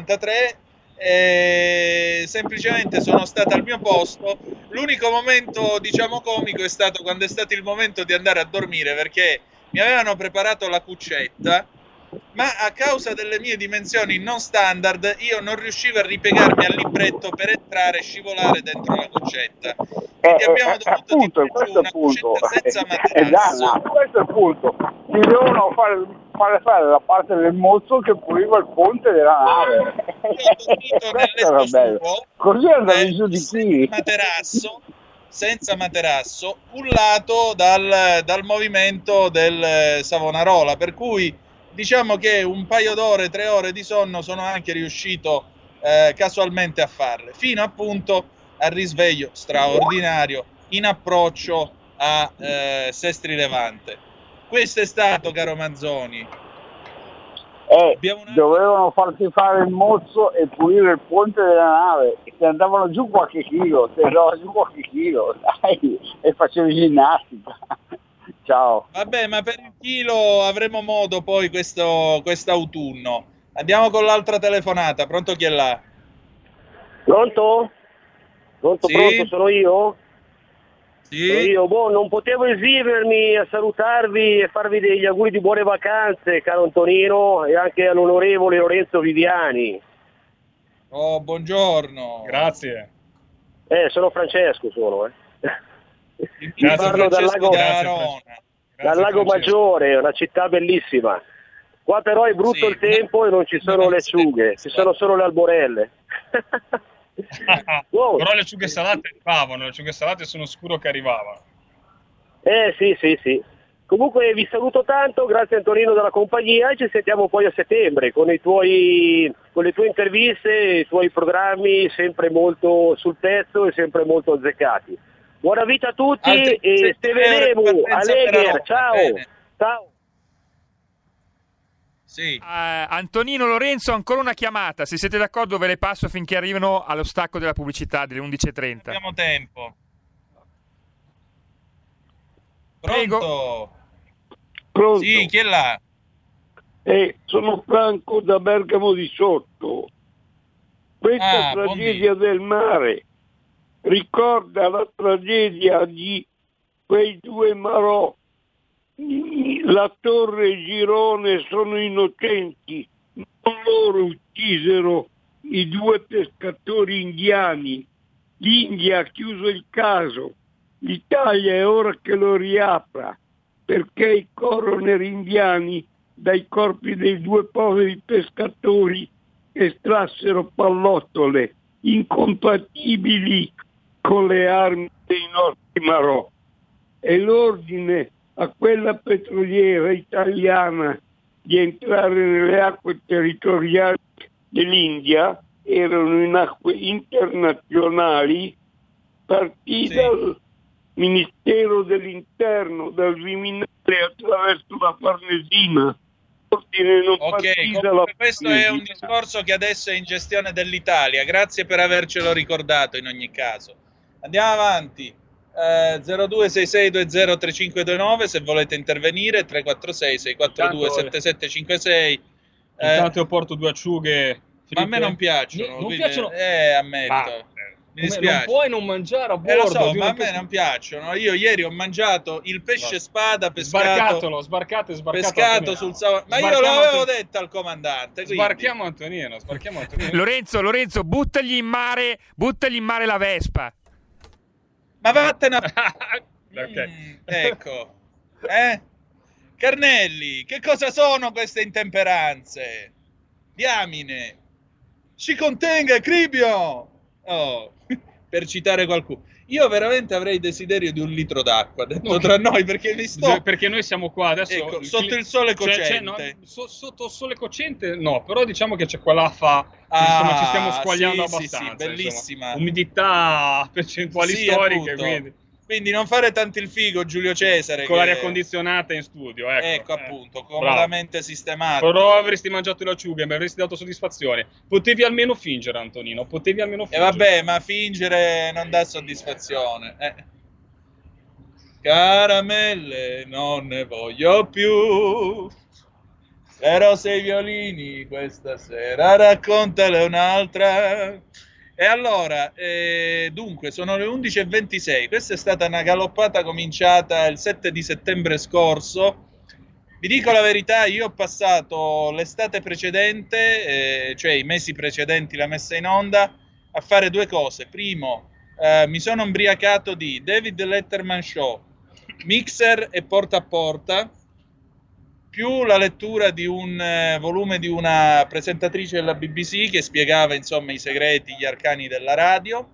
dell'83. Semplicemente sono stato al mio posto. L'unico momento, diciamo, comico è stato quando è stato il momento di andare a dormire, perché mi avevano preparato la cuccetta, ma a causa delle mie dimensioni non standard io non riuscivo a ripiegarmi al libretto per entrare e scivolare dentro la cuccetta. Quindi abbiamo dovuto questo una cuccetta senza materasso. Questo è il punto. Ti devono fare la parte del mozzo che puliva il ponte della nave. Questo era bello. Così andavi giù di qui. Senza materasso, cullato dal movimento del Savonarola, per cui diciamo che un paio d'ore, 3 ore di sonno sono anche riuscito casualmente a farle, fino appunto al risveglio straordinario in approccio a Sestri Levante. Questo è stato, caro Manzoni. Dovevano farti fare il mozzo e pulire il ponte della nave, ti andavano giù qualche chilo, dai, e facevi ginnastica. Ciao. Vabbè, ma per il chilo avremo modo poi quest'autunno. Andiamo con l'altra telefonata. Pronto, chi è là? Pronto? Pronto, sono io? Sì. Sono io. Non potevo esimermi a salutarvi e farvi degli auguri di buone vacanze, caro Antonino, e anche all'onorevole Lorenzo Viviani. Oh, buongiorno. Grazie. Sono Francesco, Parlo dal lago Maggiore, una città bellissima. Qua però è brutto il tempo e non ci sono le acciughe, ci sono solo le alborelle. Però le acciughe salate arrivavano, le acciughe salate sono sicuro che arrivavano. Sì. Comunque vi saluto tanto, grazie Antonino della compagnia, e ci sentiamo poi a settembre con le tue interviste, i tuoi programmi sempre molto sul pezzo e sempre molto azzeccati. Buona vita a tutti e se vedremo a Legher, ciao! Ciao! Sì. Antonino, Lorenzo, ancora una chiamata, se siete d'accordo ve le passo finché arrivano allo stacco della pubblicità delle 11.30. Abbiamo tempo. Prego. Pronto? Sì, chi è là? Sono Franco da Bergamo di Sotto. Questa tragedia del mare ricorda la tragedia di quei due marò. La Torre e Girone sono innocenti, non loro uccisero i due pescatori indiani. L'India ha chiuso il caso, l'Italia è ora che lo riapra, perché i coroner indiani dai corpi dei due poveri pescatori estrassero pallottole incompatibili con le armi dei nostri marò. E l'ordine a quella petroliera italiana di entrare nelle acque territoriali dell'India, erano in acque internazionali, partì dal Ministero dell'Interno, dal Viminale attraverso la Farnesina. Questo è un discorso che adesso è in gestione dell'Italia, grazie per avercelo ricordato in ogni caso. Andiamo avanti. 0266203529 se volete intervenire, 346 642 7756. Intanto io porto due acciughe, ma a me non piacciono, non piacciono. Ammetto. Mi dispiace. Non puoi non mangiare a bordo. Lo so, ma a me non piacciono. Io ieri ho mangiato il pesce spada pescato sul savano. Ma io l'avevo detto al comandante. Quindi. Sbarchiamo Antonino. Lorenzo, buttagli in mare la Vespa. Ma vattene ecco. Carnelli, che cosa sono queste intemperanze? Diamine. Si contenga, Cribio! Oh, per citare qualcuno. Io veramente avrei desiderio di un litro d'acqua, detto tra noi, perché perché noi siamo qua adesso, ecco, sotto il sole cocente. Sotto il sole cocente no, però diciamo che c'è quell'affa, insomma ci stiamo squagliando abbastanza. Sì, bellissima. Insomma, umidità, percentuali storiche, quindi non fare tanto il figo, Giulio Cesare. Con l'aria condizionata in studio. Ecco appunto, comodamente sistemato. Però avresti mangiato le acciughe, mi avresti dato soddisfazione. Potevi almeno fingere, Antonino, vabbè, ma fingere non dà soddisfazione. Caramelle non ne voglio più. Le rose e i violini questa sera raccontale un'altra. E allora, dunque, sono le 11.26, questa è stata una galoppata cominciata il 7 di settembre scorso. Vi dico la verità, io ho passato l'estate precedente, cioè i mesi precedenti la messa in onda, a fare due cose. Primo, mi sono ubriacato di David Letterman Show, Mixer e Porta a Porta, più la lettura di un volume di una presentatrice della BBC che spiegava insomma i segreti, gli arcani della radio,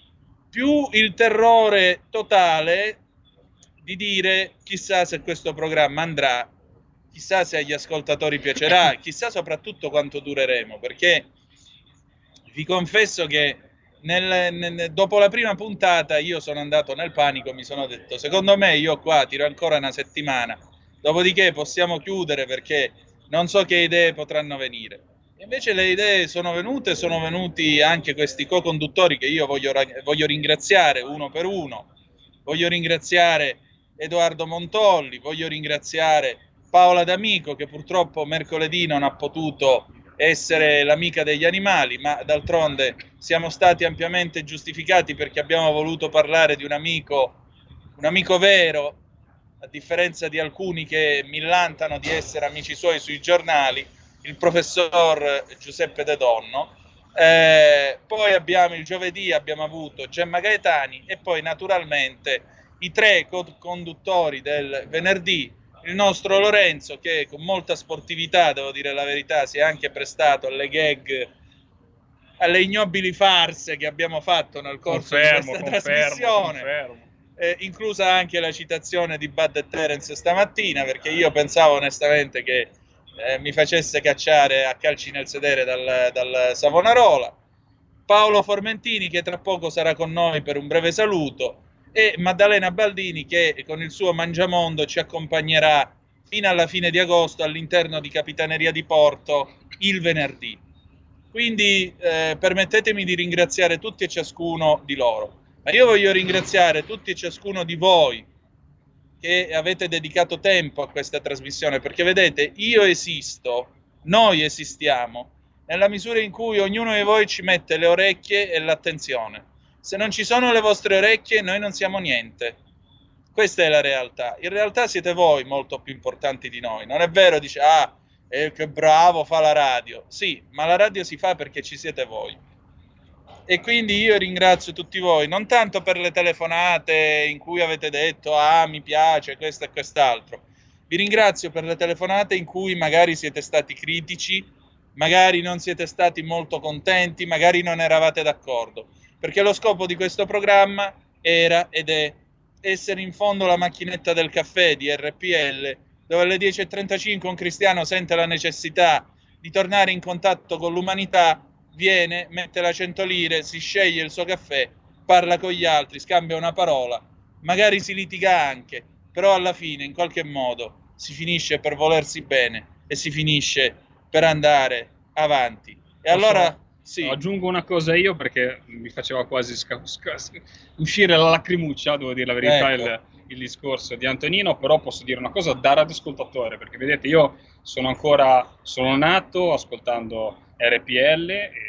più il terrore totale di dire chissà se questo programma andrà, chissà se agli ascoltatori piacerà, chissà soprattutto quanto dureremo, perché vi confesso che dopo la prima puntata io sono andato nel panico, mi sono detto secondo me io qua tiro ancora una settimana, dopodiché possiamo chiudere perché non so che idee potranno venire. Invece le idee sono venuti anche questi co-conduttori che io voglio ringraziare uno per uno. Voglio ringraziare Edoardo Montolli, voglio ringraziare Paola D'Amico che purtroppo mercoledì non ha potuto essere l'amica degli animali, ma d'altronde siamo stati ampiamente giustificati perché abbiamo voluto parlare di un amico vero, a differenza di alcuni che millantano di essere amici suoi sui giornali, il professor Giuseppe De Donno. Poi il giovedì abbiamo avuto Gemma Gaetani e poi naturalmente i tre conduttori del venerdì, il nostro Lorenzo che con molta sportività, devo dire la verità, si è anche prestato alle gag, alle ignobili farse che abbiamo fatto nel corso di questa trasmissione. inclusa anche la citazione di Bud e Terence stamattina, perché io pensavo onestamente che mi facesse cacciare a calci nel sedere dal Savonarola. Paolo Formentini, che tra poco sarà con noi per un breve saluto, e Maddalena Baldini, che con il suo Mangiamondo ci accompagnerà fino alla fine di agosto all'interno di Capitaneria di Porto il venerdì. Quindi permettetemi di ringraziare tutti e ciascuno di loro, ma io voglio ringraziare tutti e ciascuno di voi che avete dedicato tempo a questa trasmissione, perché vedete, io esisto, noi esistiamo, nella misura in cui ognuno di voi ci mette le orecchie e l'attenzione. Se non ci sono le vostre orecchie, noi non siamo niente. Questa è la realtà. In realtà siete voi molto più importanti di noi. Non è vero, dice, che bravo, fa la radio. Sì, ma la radio si fa perché ci siete voi. E quindi io ringrazio tutti voi, non tanto per le telefonate in cui avete detto, mi piace, questo e quest'altro. Vi ringrazio per le telefonate in cui magari siete stati critici, magari non siete stati molto contenti, magari non eravate d'accordo, perché lo scopo di questo programma era ed è essere in fondo alla macchinetta del caffè di RPL, dove alle 10:35 un cristiano sente la necessità di tornare in contatto con l'umanità, viene, mette la 100 lire, si sceglie il suo caffè, parla con gli altri, scambia una parola, magari si litiga anche, però alla fine in qualche modo si finisce per volersi bene e si finisce per andare avanti. E allora sì. Aggiungo una cosa io, perché mi faceva quasi uscire la lacrimuccia, devo dire la verità, ecco. il discorso di Antonino, però posso dire una cosa da radioascoltatore, perché vedete, io sono nato ascoltando RPL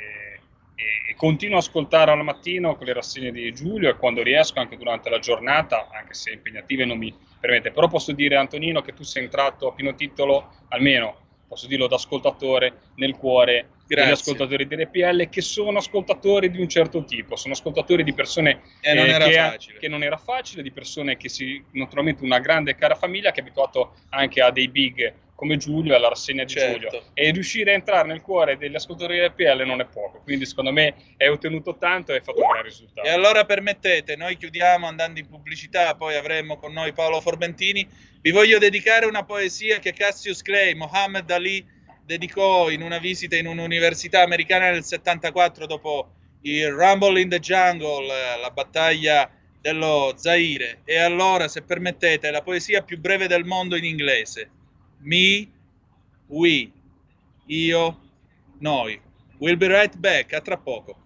e continuo a ascoltare al mattino con le rassegne di Giulio, e quando riesco anche durante la giornata, anche se impegnative non mi permette. Però posso dire, Antonino, che tu sei entrato a pieno titolo, almeno posso dirlo da ascoltatore, nel cuore degli ascoltatori di RPL, che sono ascoltatori di un certo tipo, sono ascoltatori di persone che non era facile, di persone che naturalmente una grande e cara famiglia che è abituato anche a dei big come Giulio e alla rassegna di Giulio, e riuscire a entrare nel cuore degli ascoltatori di RPL non è poco, quindi secondo me hai ottenuto tanto e hai fatto un gran risultato. E allora permettete, noi chiudiamo andando in pubblicità, poi avremo con noi Paolo Formentini. Vi voglio dedicare una poesia che Cassius Clay, Muhammad Ali, dedicò in una visita in un'università americana nel 74 dopo il Rumble in the Jungle, la battaglia dello Zaire. E allora, se permettete, la poesia più breve del mondo in inglese. Me, we, io, noi. We'll be right back, a tra poco.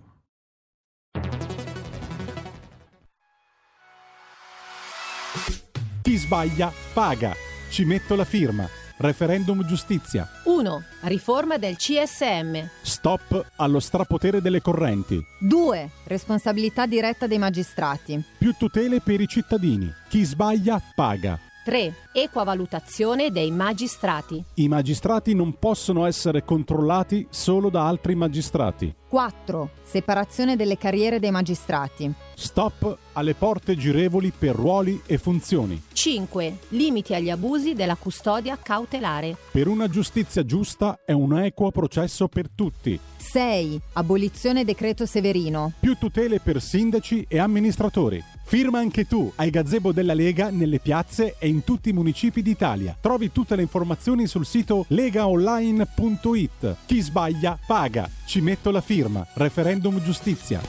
Chi sbaglia paga. Ci metto la firma. Referendum giustizia. 1. Riforma del CSM. Stop allo strapotere delle correnti. 2. Responsabilità diretta dei magistrati. Più tutele per i cittadini. Chi sbaglia paga. 3. Equa valutazione dei magistrati. I magistrati non possono essere controllati solo da altri magistrati. 4. Separazione delle carriere dei magistrati. Stop alle porte girevoli per ruoli e funzioni. 5. Limiti agli abusi della custodia cautelare. Per una giustizia giusta e un equo processo per tutti. 6. Abolizione decreto Severino. Più tutele per sindaci e amministratori. Firma anche tu ai gazebo della Lega nelle piazze e in tutti i municipi d'Italia. Trovi tutte le informazioni sul sito legaonline.it. Chi sbaglia paga. Ci metto la firma. Referendum giustizia.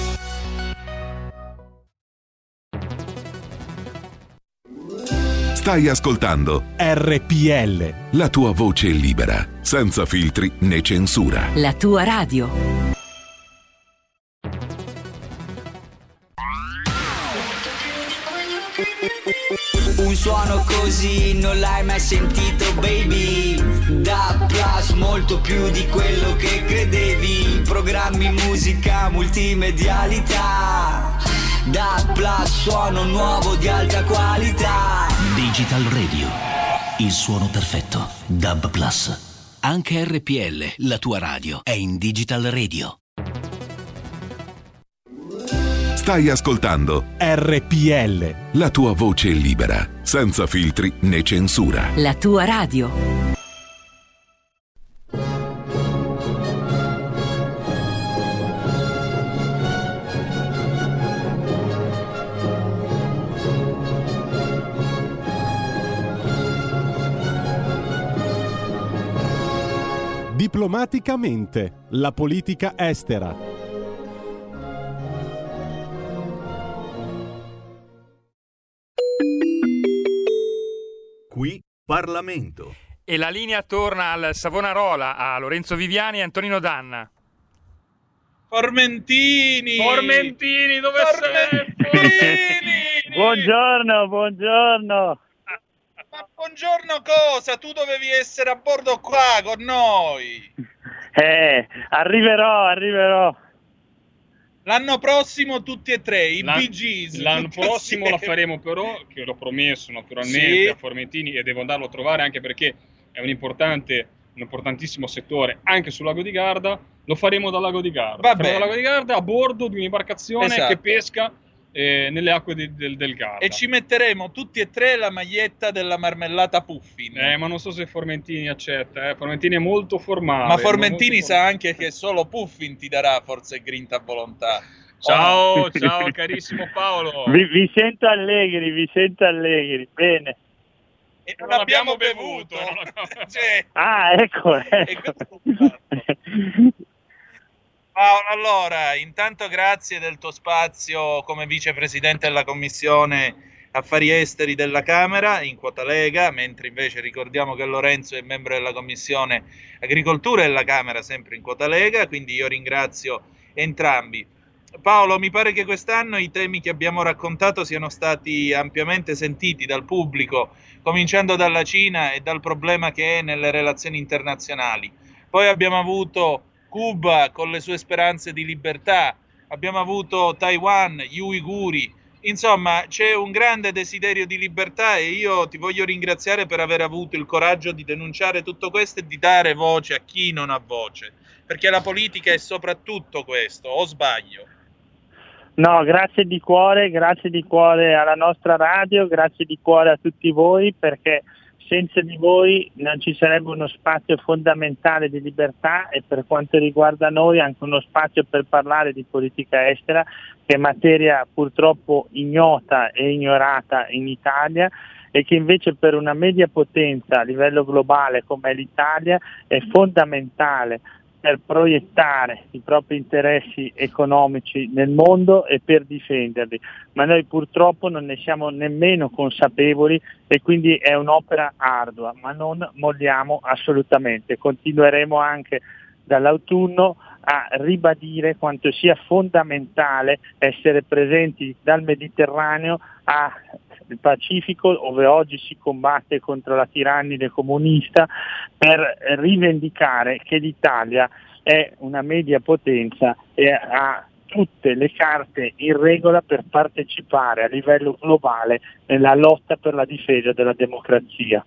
Stai ascoltando RPL. La tua voce libera, senza filtri né censura. La tua radio. Un suono così non l'hai mai sentito, baby. Da Plus, molto più di quello che credevi. Programmi, musica, multimedialità. Da Plus, suono nuovo di alta qualità. Digital Radio, il suono perfetto. DAB Plus. Anche RPL, la tua radio, è in Digital Radio. Stai ascoltando RPL. La tua voce libera, senza filtri né censura. La tua radio. Diplomaticamente, la politica estera. Qui Parlamento. E la linea torna al Savonarola, a Lorenzo Viviani e Antonino Danna. Formentini, dove sei? Buongiorno. Ma buongiorno cosa? Tu dovevi essere a bordo qua con noi. Arriverò. L'anno prossimo tutti e tre, i Bee Gees. L'anno prossimo la faremo però, che l'ho promesso naturalmente a Formentini, e devo andarlo a trovare anche perché è un importantissimo settore anche sul lago di Garda. Lo faremo dal lago di Garda. Dal lago di Garda a bordo di un'imbarcazione che pesca nelle acque del Garda. E ci metteremo tutti e tre la maglietta della marmellata Puffin. Ma non so se Formentini accetta. Formentini è molto formale. Ma Formentini sa anche che solo Puffin ti darà forza e grinta a volontà. Ciao carissimo Paolo. Vi sento allegri, bene. E non abbiamo bevuto. Ecco. Paolo, allora, intanto grazie del tuo spazio come vicepresidente della Commissione Affari Esteri della Camera in quota Lega, mentre invece ricordiamo che Lorenzo è membro della Commissione Agricoltura della Camera, sempre in quota Lega, quindi io ringrazio entrambi. Paolo, mi pare che quest'anno i temi che abbiamo raccontato siano stati ampiamente sentiti dal pubblico, cominciando dalla Cina e dal problema che è nelle relazioni internazionali. Poi abbiamo avuto Cuba con le sue speranze di libertà, abbiamo avuto Taiwan, gli uiguri, insomma c'è un grande desiderio di libertà e io ti voglio ringraziare per aver avuto il coraggio di denunciare tutto questo e di dare voce a chi non ha voce, perché la politica è soprattutto questo, o sbaglio? No, grazie di cuore alla nostra radio, grazie di cuore a tutti voi, perché senza di voi non ci sarebbe uno spazio fondamentale di libertà e per quanto riguarda noi anche uno spazio per parlare di politica estera, che è materia purtroppo ignota e ignorata in Italia e che invece per una media potenza a livello globale come l'Italia è fondamentale per proiettare i propri interessi economici nel mondo e per difenderli, ma noi purtroppo non ne siamo nemmeno consapevoli e quindi è un'opera ardua, ma non molliamo assolutamente, continueremo anche dall'autunno a ribadire quanto sia fondamentale essere presenti dal Mediterraneo al Pacifico, dove oggi si combatte contro la tirannide comunista, per rivendicare che l'Italia è una media potenza e ha tutte le carte in regola per partecipare a livello globale nella lotta per la difesa della democrazia.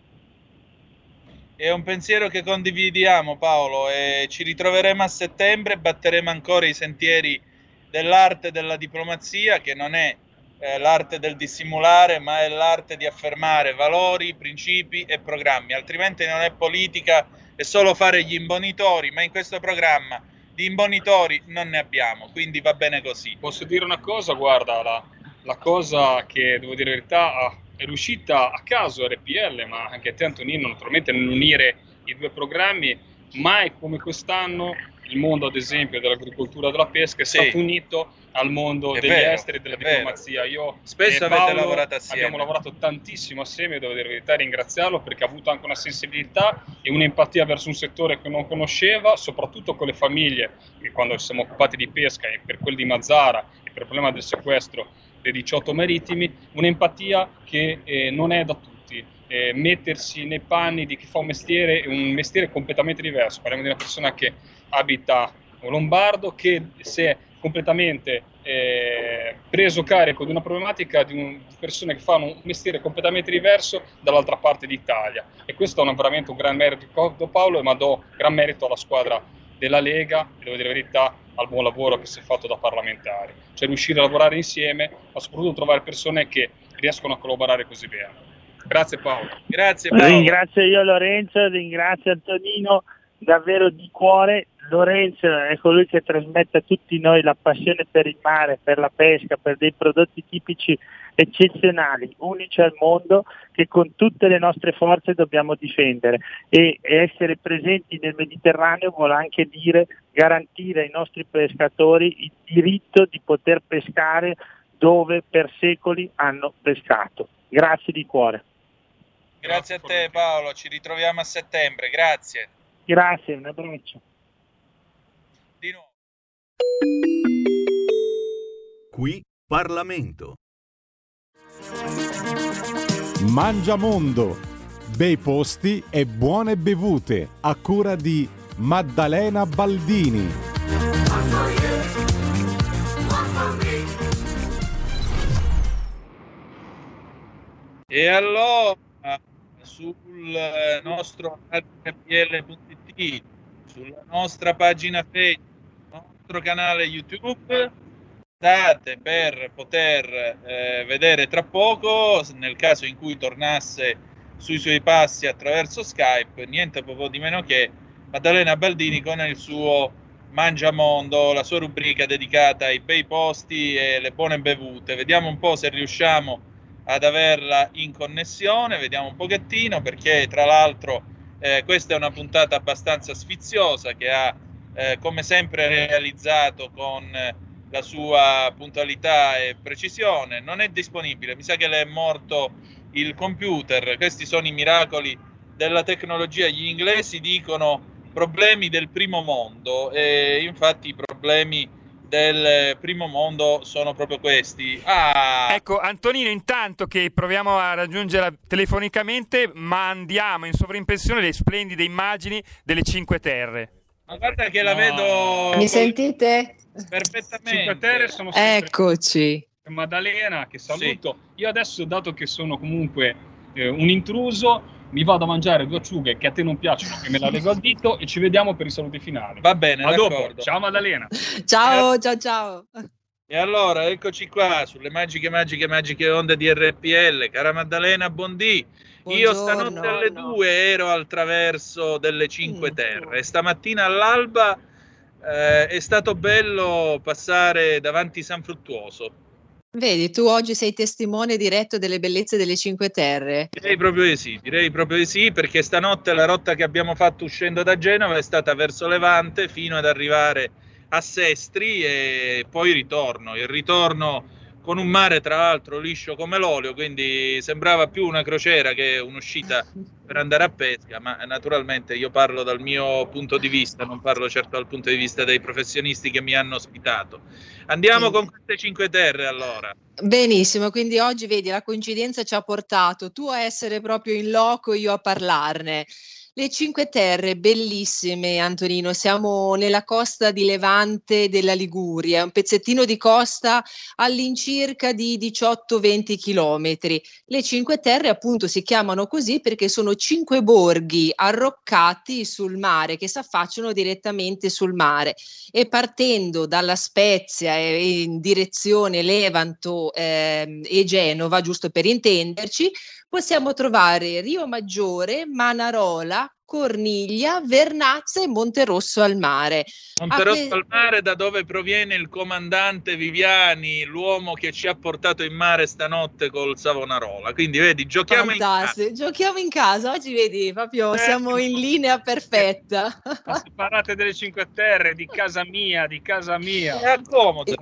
È un pensiero che condividiamo, Paolo, e ci ritroveremo a settembre, batteremo ancora i sentieri dell'arte della diplomazia, che non è l'arte del dissimulare, ma è l'arte di affermare valori, principi e programmi, altrimenti non è politica, è solo fare gli imbonitori, ma in questo programma di imbonitori non ne abbiamo, quindi va bene così. Posso dire una cosa? Guarda, la cosa che, devo dire la verità, è riuscita a caso RPL, ma anche a te Antonino, naturalmente nell'unire i due programmi. Mai come quest'anno il mondo, ad esempio, dell'agricoltura e della pesca è stato unito al mondo degli esteri e della diplomazia. Io spesso e Paolo avete lavorato assieme. Abbiamo lavorato tantissimo assieme, devo dire la verità, ringraziarlo perché ha avuto anche una sensibilità e un'empatia verso un settore che non conosceva, soprattutto con le famiglie, che quando ci siamo occupati di pesca e per quel di Mazara e per il problema del sequestro dei 18 marittimi, un'empatia che non è da tutti. Mettersi nei panni di chi fa un mestiere completamente diverso. Parliamo di una persona che abita a Lombardo, che si è completamente preso carico di una problematica di persone che fanno un mestiere completamente diverso dall'altra parte d'Italia, e questo è veramente un gran merito di Paolo, ma do gran merito alla squadra della Lega e devo dire la verità al buon lavoro che si è fatto da parlamentari, cioè riuscire a lavorare insieme, ma soprattutto trovare persone che riescono a collaborare così bene. Grazie Paolo. Grazie Paolo. Ringrazio io Lorenzo, ringrazio Antonino, davvero di cuore. Lorenzo è colui che trasmette a tutti noi la passione per il mare, per la pesca, per dei prodotti tipici eccezionali, unici al mondo, che con tutte le nostre forze dobbiamo difendere, e essere presenti nel Mediterraneo vuole anche dire garantire ai nostri pescatori il diritto di poter pescare dove per secoli hanno pescato. Grazie di cuore. Grazie a te Paolo, ci ritroviamo a settembre, grazie. Grazie, un abbraccio. Di nuovo. Qui Parlamento. Mangiamondo, bei posti e buone bevute a cura di Maddalena Baldini. E allora sul nostro RPL.it, sulla nostra pagina Facebook, sul nostro canale YouTube, state per poter vedere tra poco, nel caso in cui tornasse sui suoi passi attraverso Skype, niente poco di meno che Maddalena Baldini con il suo Mangiamondo, la sua rubrica dedicata ai bei posti e le buone bevute. Vediamo un po' se riusciamo ad averla in connessione, vediamo un pochettino, perché tra l'altro questa è una puntata abbastanza sfiziosa che ha come sempre realizzato con la sua puntualità e precisione. Non è disponibile, mi sa che le è morto il computer. Questi sono i miracoli della tecnologia. Gli inglesi dicono problemi del primo mondo, e infatti i problemi del primo mondo sono proprio questi. Ecco Antonino, intanto che proviamo a raggiungerla telefonicamente, mandiamo in sovrimpressione le splendide immagini delle Cinque Terre. Ma guarda che la vedo. Mi sentite? Perfettamente. Cinque Terre sono sempre... Eccoci. Maddalena, che saluto. Sì. Io adesso, dato che sono comunque un intruso, mi vado a mangiare 2 acciughe che a te non piacciono, che me la leggo al dito, e ci vediamo per i saluti finali. Va bene, a d'accordo. Dopo. Ciao Maddalena. Ciao. E allora, eccoci qua sulle magiche onde di RPL. Cara Maddalena, buondì. Io stanotte alle 2 ero al traverso delle Cinque Terre e stamattina all'alba è stato bello passare davanti San Fruttuoso. Vedi, tu oggi sei testimone diretto delle bellezze delle Cinque Terre. Direi proprio di sì, perché stanotte la rotta che abbiamo fatto uscendo da Genova è stata verso Levante fino ad arrivare a Sestri e poi il ritorno con un mare tra l'altro liscio come l'olio, quindi sembrava più una crociera che un'uscita per andare a pesca, ma naturalmente io parlo dal mio punto di vista, non parlo certo dal punto di vista dei professionisti che mi hanno ospitato. Andiamo con queste Cinque Terre allora. Benissimo, quindi oggi vedi la coincidenza ci ha portato tu a essere proprio in loco, io a parlarne. Le Cinque Terre, bellissime Antonino, siamo nella costa di Levante della Liguria, un pezzettino di costa all'incirca di 18-20 chilometri. Le Cinque Terre appunto si chiamano così perché sono 5 borghi arroccati sul mare che si affacciano direttamente sul mare, e partendo dalla Spezia e in direzione Levanto e Genova, giusto per intenderci, possiamo trovare Rio Maggiore, Manarola, Corniglia, Vernazza e Monterosso al mare. Monterosso al mare, da dove proviene il comandante Viviani, l'uomo che ci ha portato in mare stanotte col Savonarola. Quindi vedi, giochiamo in casa. Giochiamo in casa, oggi vedi, proprio siamo in linea perfetta. Ma se parlate delle Cinque Terre, di casa mia. È accomodo.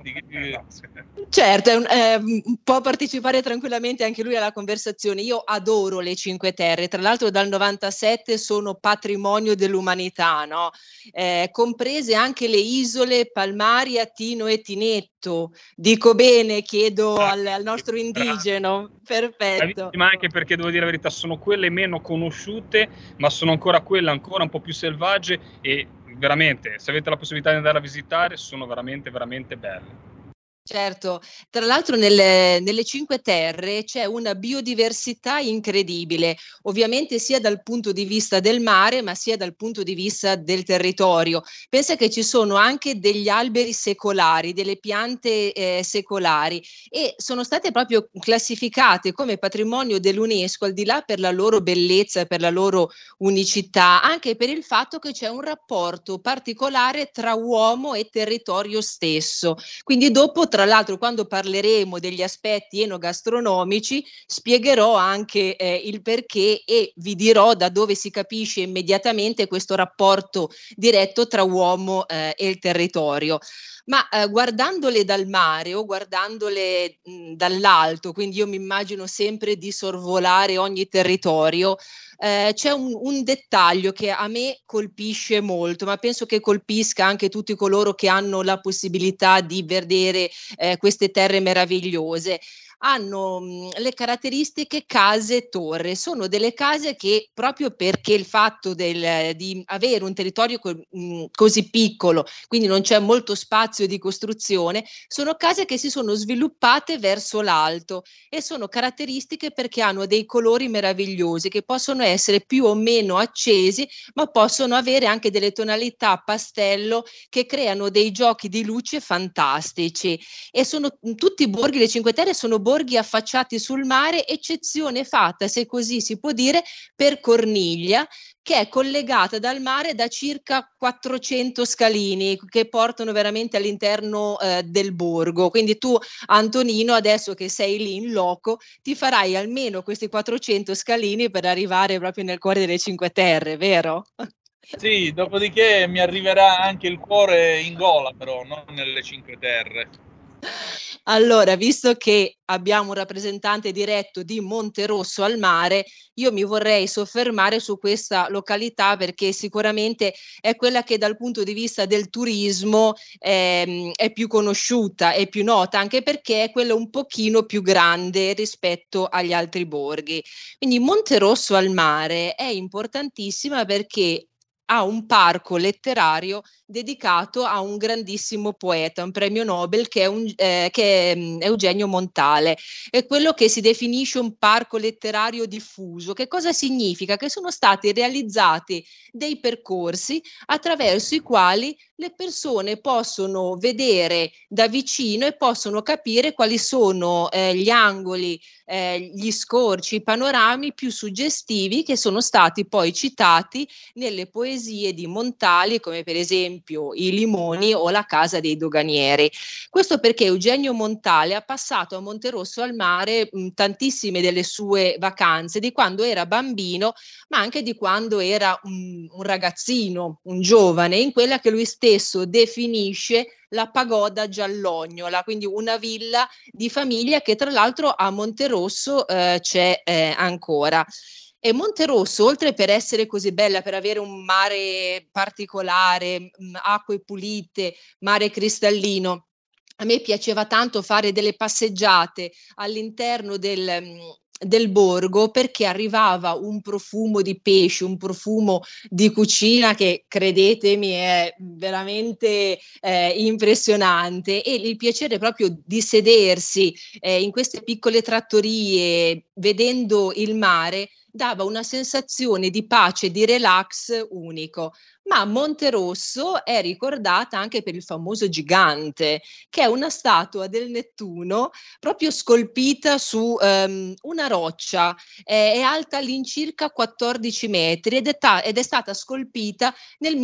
Certo, può partecipare tranquillamente anche lui alla conversazione. Io adoro le Cinque Terre, tra l'altro dal 97 sono patrimonio dell'umanità, no? Comprese anche le isole Palmari, Attino e Tinetto. Dico bene, chiedo al nostro indigeno. Perfetto. Ma anche perché devo dire la verità, sono quelle meno conosciute, ma sono ancora quelle ancora un po' più selvagge, e veramente, se avete la possibilità di andare a visitare, sono veramente, veramente belle. Certo, tra l'altro nelle Cinque Terre c'è una biodiversità incredibile, ovviamente sia dal punto di vista del mare, ma sia dal punto di vista del territorio. Pensa che ci sono anche degli alberi secolari, delle piante secolari, e sono state proprio classificate come patrimonio dell'UNESCO, al di là per la loro bellezza e per la loro unicità, anche per il fatto che c'è un rapporto particolare tra uomo e territorio stesso. Quindi dopo, tra l'altro, quando parleremo degli aspetti enogastronomici, spiegherò anche il perché e vi dirò da dove si capisce immediatamente questo rapporto diretto tra uomo e il territorio. Ma guardandole dal mare o guardandole dall'alto, quindi io mi immagino sempre di sorvolare ogni territorio, c'è un dettaglio che a me colpisce molto, ma penso che colpisca anche tutti coloro che hanno la possibilità di vedere queste terre meravigliose. Hanno le caratteristiche case-torre, sono delle case che, proprio perché il fatto di avere un territorio così piccolo, quindi non c'è molto spazio di costruzione, sono case che si sono sviluppate verso l'alto e sono caratteristiche perché hanno dei colori meravigliosi che possono essere più o meno accesi, ma possono avere anche delle tonalità pastello che creano dei giochi di luce fantastici. E sono tutti borghi, le Cinque Terre sono borghi affacciati sul mare, eccezione fatta, se così si può dire, per Corniglia, che è collegata dal mare da circa 400 scalini che portano veramente all'interno del borgo. Quindi tu, Antonino, adesso che sei lì in loco, ti farai almeno questi 400 scalini per arrivare proprio nel cuore delle Cinque Terre, vero? Sì, dopodiché mi arriverà anche il cuore in gola, però, non nelle Cinque Terre. Allora, visto che abbiamo un rappresentante diretto di Monterosso al Mare, io mi vorrei soffermare su questa località perché sicuramente è quella che dal punto di vista del turismo è più conosciuta, è più nota, anche perché è quella un pochino più grande rispetto agli altri borghi. Quindi Monterosso al Mare è importantissima perché ha un parco letterario dedicato a un grandissimo poeta, un premio Nobel che è Eugenio Montale. È quello che si definisce un parco letterario diffuso. Che cosa significa? Che sono stati realizzati dei percorsi attraverso i quali le persone possono vedere da vicino e possono capire quali sono gli angoli, gli scorci, i panorami più suggestivi che sono stati poi citati nelle poesie di Montale, come per esempio I Limoni o La casa dei doganieri. Questo perché Eugenio Montale ha passato a Monterosso al Mare tantissime delle sue vacanze, di quando era bambino, ma anche di quando era un ragazzino, un giovane, in quella che lui stesso definisce la pagoda giallognola, quindi una villa di famiglia che tra l'altro a Monterosso c'è ancora. E Monterosso, oltre per essere così bella, per avere un mare particolare, acque pulite, mare cristallino, a me piaceva tanto fare delle passeggiate all'interno del borgo perché arrivava un profumo di pesce, un profumo di cucina che, credetemi, è veramente impressionante, e il piacere proprio di sedersi in queste piccole trattorie vedendo il mare dava una sensazione di pace e di relax unico. Ma Monterosso è ricordata anche per il famoso gigante, che è una statua del Nettuno proprio scolpita su una roccia, è alta all'incirca 14 metri ed è stata scolpita nel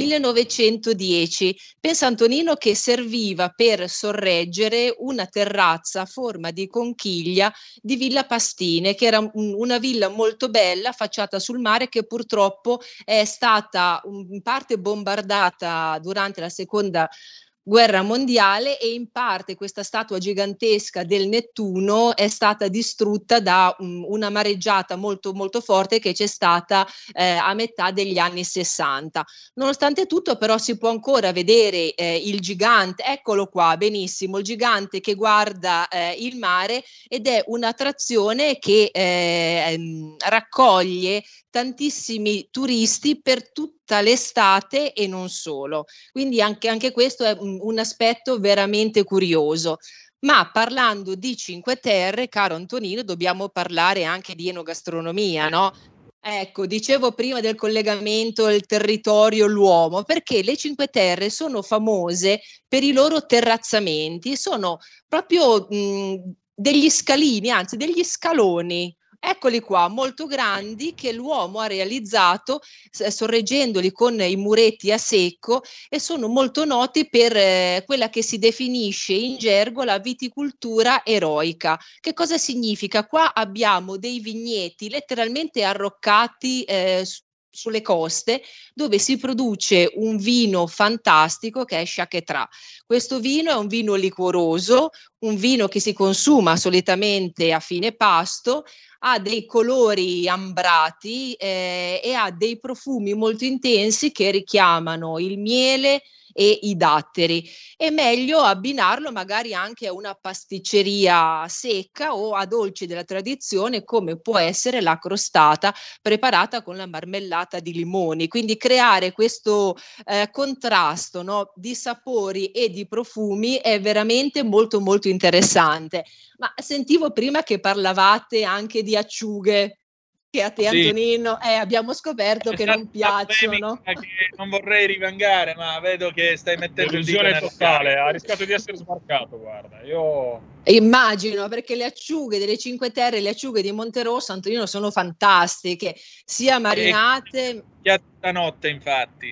1910. Pensa, Antonino, che serviva per sorreggere una terrazza a forma di conchiglia di Villa Pastine, che era una villa molto bella affacciata sul mare, che purtroppo è stata in parte bombardata durante la seconda guerra mondiale, e in parte questa statua gigantesca del Nettuno è stata distrutta da una mareggiata molto molto forte che c'è stata a metà degli anni 60. Nonostante tutto però si può ancora vedere il gigante, eccolo qua, benissimo, il gigante che guarda il mare, ed è un'attrazione che raccoglie tantissimi turisti per tutta l'estate e non solo. Quindi anche questo è un aspetto veramente curioso. Ma parlando di Cinque Terre, caro Antonino, dobbiamo parlare anche di enogastronomia, no? Ecco, dicevo prima del collegamento il territorio, l'uomo, perché le Cinque Terre sono famose per i loro terrazzamenti, sono proprio degli scalini, anzi degli scaloni. Eccoli qua, molto grandi, che l'uomo ha realizzato sorreggendoli con i muretti a secco, e sono molto noti per quella che si definisce in gergo la viticoltura eroica. Che cosa significa? Qua abbiamo dei vigneti letteralmente arroccati sulle coste, dove si produce un vino fantastico che è Chaquetrà. Questo vino è un vino liquoroso, un vino che si consuma solitamente a fine pasto, ha dei colori ambrati e ha dei profumi molto intensi che richiamano il miele e i datteri. È meglio abbinarlo magari anche a una pasticceria secca o a dolci della tradizione, come può essere la crostata preparata con la marmellata di limoni. Quindi creare questo contrasto, no, di sapori e di profumi è veramente molto molto interessante. Ma sentivo prima che parlavate anche di acciughe, che a te, sì, Antonino, abbiamo scoperto che non piacciono. Che non vorrei rivangare, ma vedo che stai mettendo il dito nel totale, ha rischiato di essere sbarcato, guarda. Immagino, perché le acciughe delle Cinque Terre, le acciughe di Monterosso, Antonino, sono fantastiche, sia marinate... Stanotte, infatti.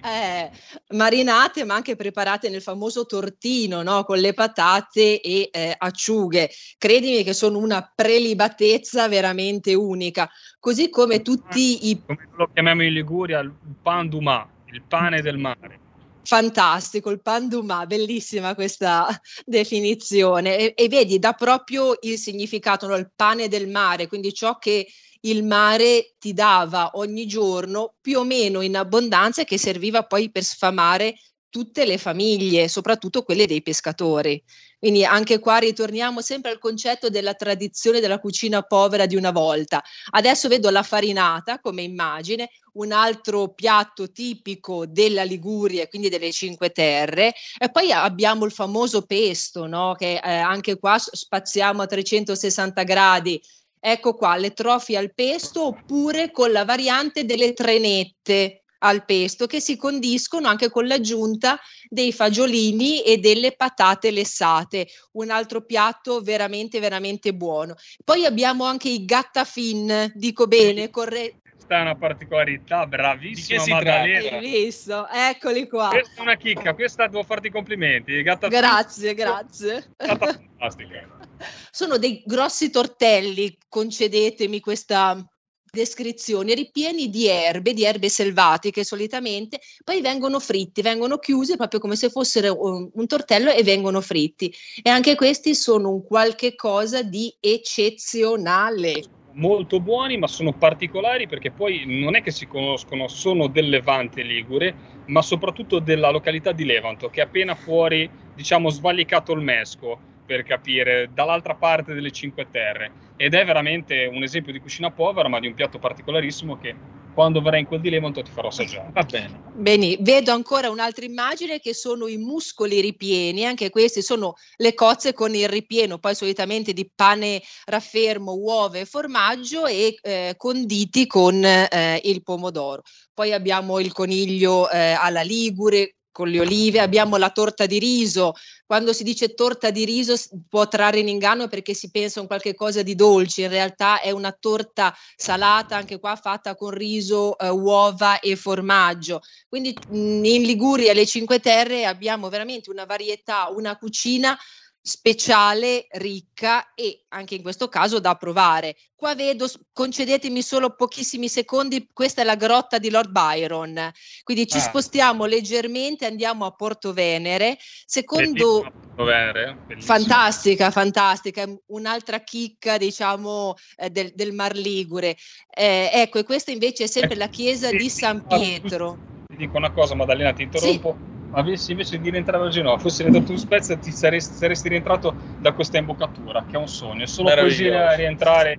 Marinate, ma anche preparate nel famoso tortino, no? Con le patate e acciughe. Credimi che sono una prelibatezza veramente unica. Così come tutti i... Come lo chiamiamo in Liguria, il pan du mare, il pane del mare. Fantastico, il pan du mare, bellissima questa definizione. E vedi, dà proprio il significato, no? Il pane del mare, quindi ciò che il mare ti dava ogni giorno più o meno in abbondanza, e che serviva poi per sfamare tutte le famiglie, soprattutto quelle dei pescatori. Quindi anche qua ritorniamo sempre al concetto della tradizione della cucina povera di una volta. Adesso vedo la farinata come immagine, un altro piatto tipico della Liguria, quindi delle Cinque Terre, e poi abbiamo il famoso pesto, no? Che anche qua spaziamo a 360 gradi. Ecco qua, le trofie al pesto, oppure con la variante delle trenette al pesto, che si condiscono anche con l'aggiunta dei fagiolini e delle patate lessate, un altro piatto veramente veramente buono. Poi abbiamo anche i gattafin, dico bene, corretto? Questa è una particolarità, bravissima Maddalena. Hai visto? Eccoli qua. Questa è una chicca, questa devo farti i complimenti. Grazie. Fantastica. Sono dei grossi tortelli, concedetemi questa descrizione, ripieni di erbe selvatiche solitamente, poi vengono fritti, vengono chiusi proprio come se fossero un tortello, e vengono fritti. E anche questi sono un qualche cosa di eccezionale. Molto buoni, ma sono particolari perché poi non è che si conoscono, sono del Levante ligure, ma soprattutto della località di Levanto, che è appena fuori, diciamo, svallicato il Mesco, per capire, dall'altra parte delle Cinque Terre, ed è veramente un esempio di cucina povera, ma di un piatto particolarissimo che quando verrai in quel di Levanto ti farò assaggiare. Va bene. Bene, vedo ancora un'altra immagine, che sono i muscoli ripieni. Anche questi sono le cozze con il ripieno, poi solitamente di pane raffermo, uova e formaggio, e conditi con il pomodoro. Poi abbiamo il coniglio alla ligure con le olive, abbiamo la torta di riso. Quando si dice torta di riso può trarre in inganno, perché si pensa a un qualche cosa di dolce, in realtà è una torta salata, anche qua fatta con riso, uova e formaggio. Quindi in Liguria, alle Cinque Terre, abbiamo veramente una varietà, una cucina speciale, ricca, e anche in questo caso da provare. Qua vedo, concedetemi solo pochissimi secondi, questa è la grotta di Lord Byron, quindi ci spostiamo leggermente, andiamo a Porto Venere, secondo... Fantastica, un'altra chicca, diciamo, del Mar Ligure. Ecco, e questa invece è sempre la chiesa di San Pietro. Ti dico una cosa, Maddalena, ti interrompo. Sì. Avessi invece di rientrare a Genova, fossi rientrato in Spezia, ti saresti rientrato da questa imboccatura, che è un sogno. È solo così rientrare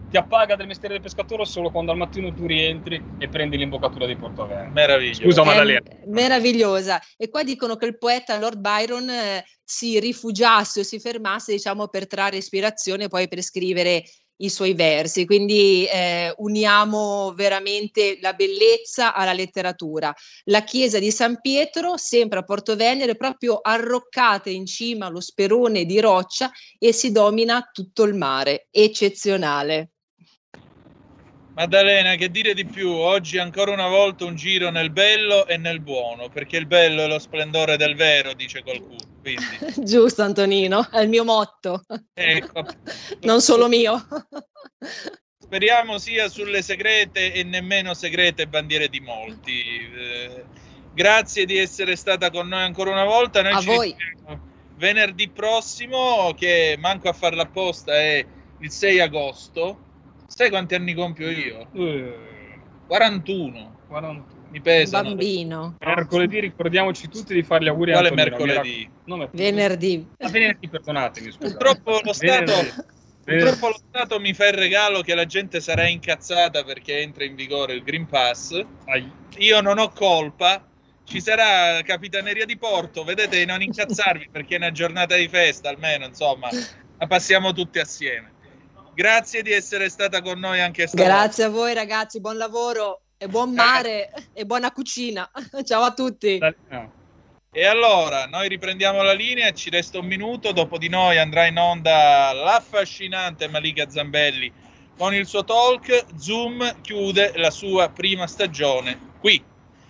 ti appaga del mestiere del pescatore solo quando al mattino tu rientri e prendi l'imboccatura di Portovesme. Meraviglioso. Scusa Maddalena. Meravigliosa. E qua dicono che il poeta Lord Byron si rifugiasse o si fermasse, diciamo, per trarre ispirazione e poi per scrivere i suoi versi, quindi uniamo veramente la bellezza alla letteratura. La chiesa di San Pietro, sempre a Portovenere, proprio arroccata in cima allo sperone di roccia, e si domina tutto il mare, eccezionale. Maddalena, che dire di più? Oggi ancora una volta un giro nel bello e nel buono, perché il bello è lo splendore del vero, dice qualcuno. Quindi. Giusto Antonino, è il mio motto. Ecco. Non solo mio. Speriamo sia sulle segrete e nemmeno segrete bandiere di molti. Grazie di essere stata con noi ancora una volta. Noi a ci voi. vediamo venerdì prossimo, che manco a farla apposta, è il 6 agosto. Sai quanti anni compio io? 41. Mi pesano. Bambino. Mercoledì ricordiamoci tutti di fare gli auguri a Antonino. Quale mercoledì? Venerdì. Venerdì, perdonatemi, scusa. Purtroppo lo Stato mi fa il regalo che la gente sarà incazzata perché entra in vigore il Green Pass. Io non ho colpa. Ci sarà Capitaneria di Porto, vedete, di non incazzarvi perché è una giornata di festa, almeno, insomma, la passiamo tutti assieme. Grazie di essere stata con noi anche stavolta. Grazie a voi ragazzi, buon lavoro e buon mare e buona cucina. Ciao a tutti. E allora, noi riprendiamo la linea, ci resta un minuto, dopo di noi andrà in onda l'affascinante Malika Zambelli con il suo talk. Zoom chiude la sua prima stagione qui.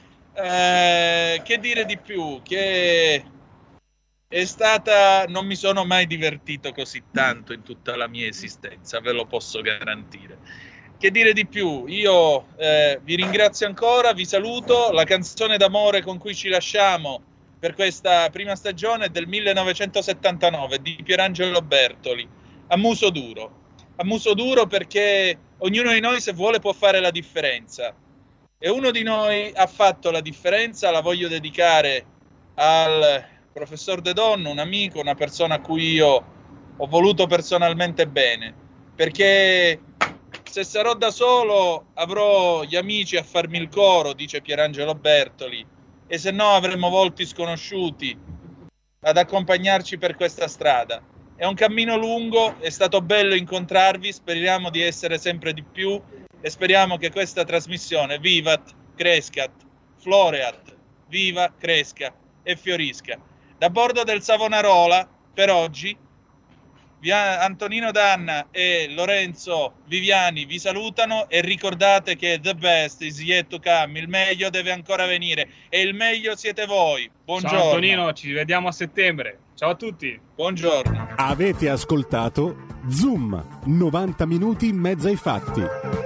Che dire di più? Che è stata, non mi sono mai divertito così tanto in tutta la mia esistenza, ve lo posso garantire. Che dire di più? Io vi ringrazio ancora, vi saluto. La canzone d'amore con cui ci lasciamo per questa prima stagione è del 1979 di Pierangelo Bertoli, A muso duro perché ognuno di noi, se vuole, può fare la differenza, e uno di noi ha fatto la differenza. La voglio dedicare al professor De Donno, un amico, una persona a cui io ho voluto personalmente bene, perché se sarò da solo avrò gli amici a farmi il coro, dice Pierangelo Bertoli, e se no avremo volti sconosciuti ad accompagnarci per questa strada. È un cammino lungo, è stato bello incontrarvi, speriamo di essere sempre di più e speriamo che questa trasmissione vivat, crescat, floreat, viva, cresca e fiorisca. Da bordo del Savonarola, per oggi, Antonino Danna e Lorenzo Viviani vi salutano, e ricordate che the best is yet to come, il meglio deve ancora venire, e il meglio siete voi. Buongiorno. Ciao Antonino, ci vediamo a settembre. Ciao a tutti. Buongiorno. Avete ascoltato Zoom, 90 minuti in mezzo ai fatti.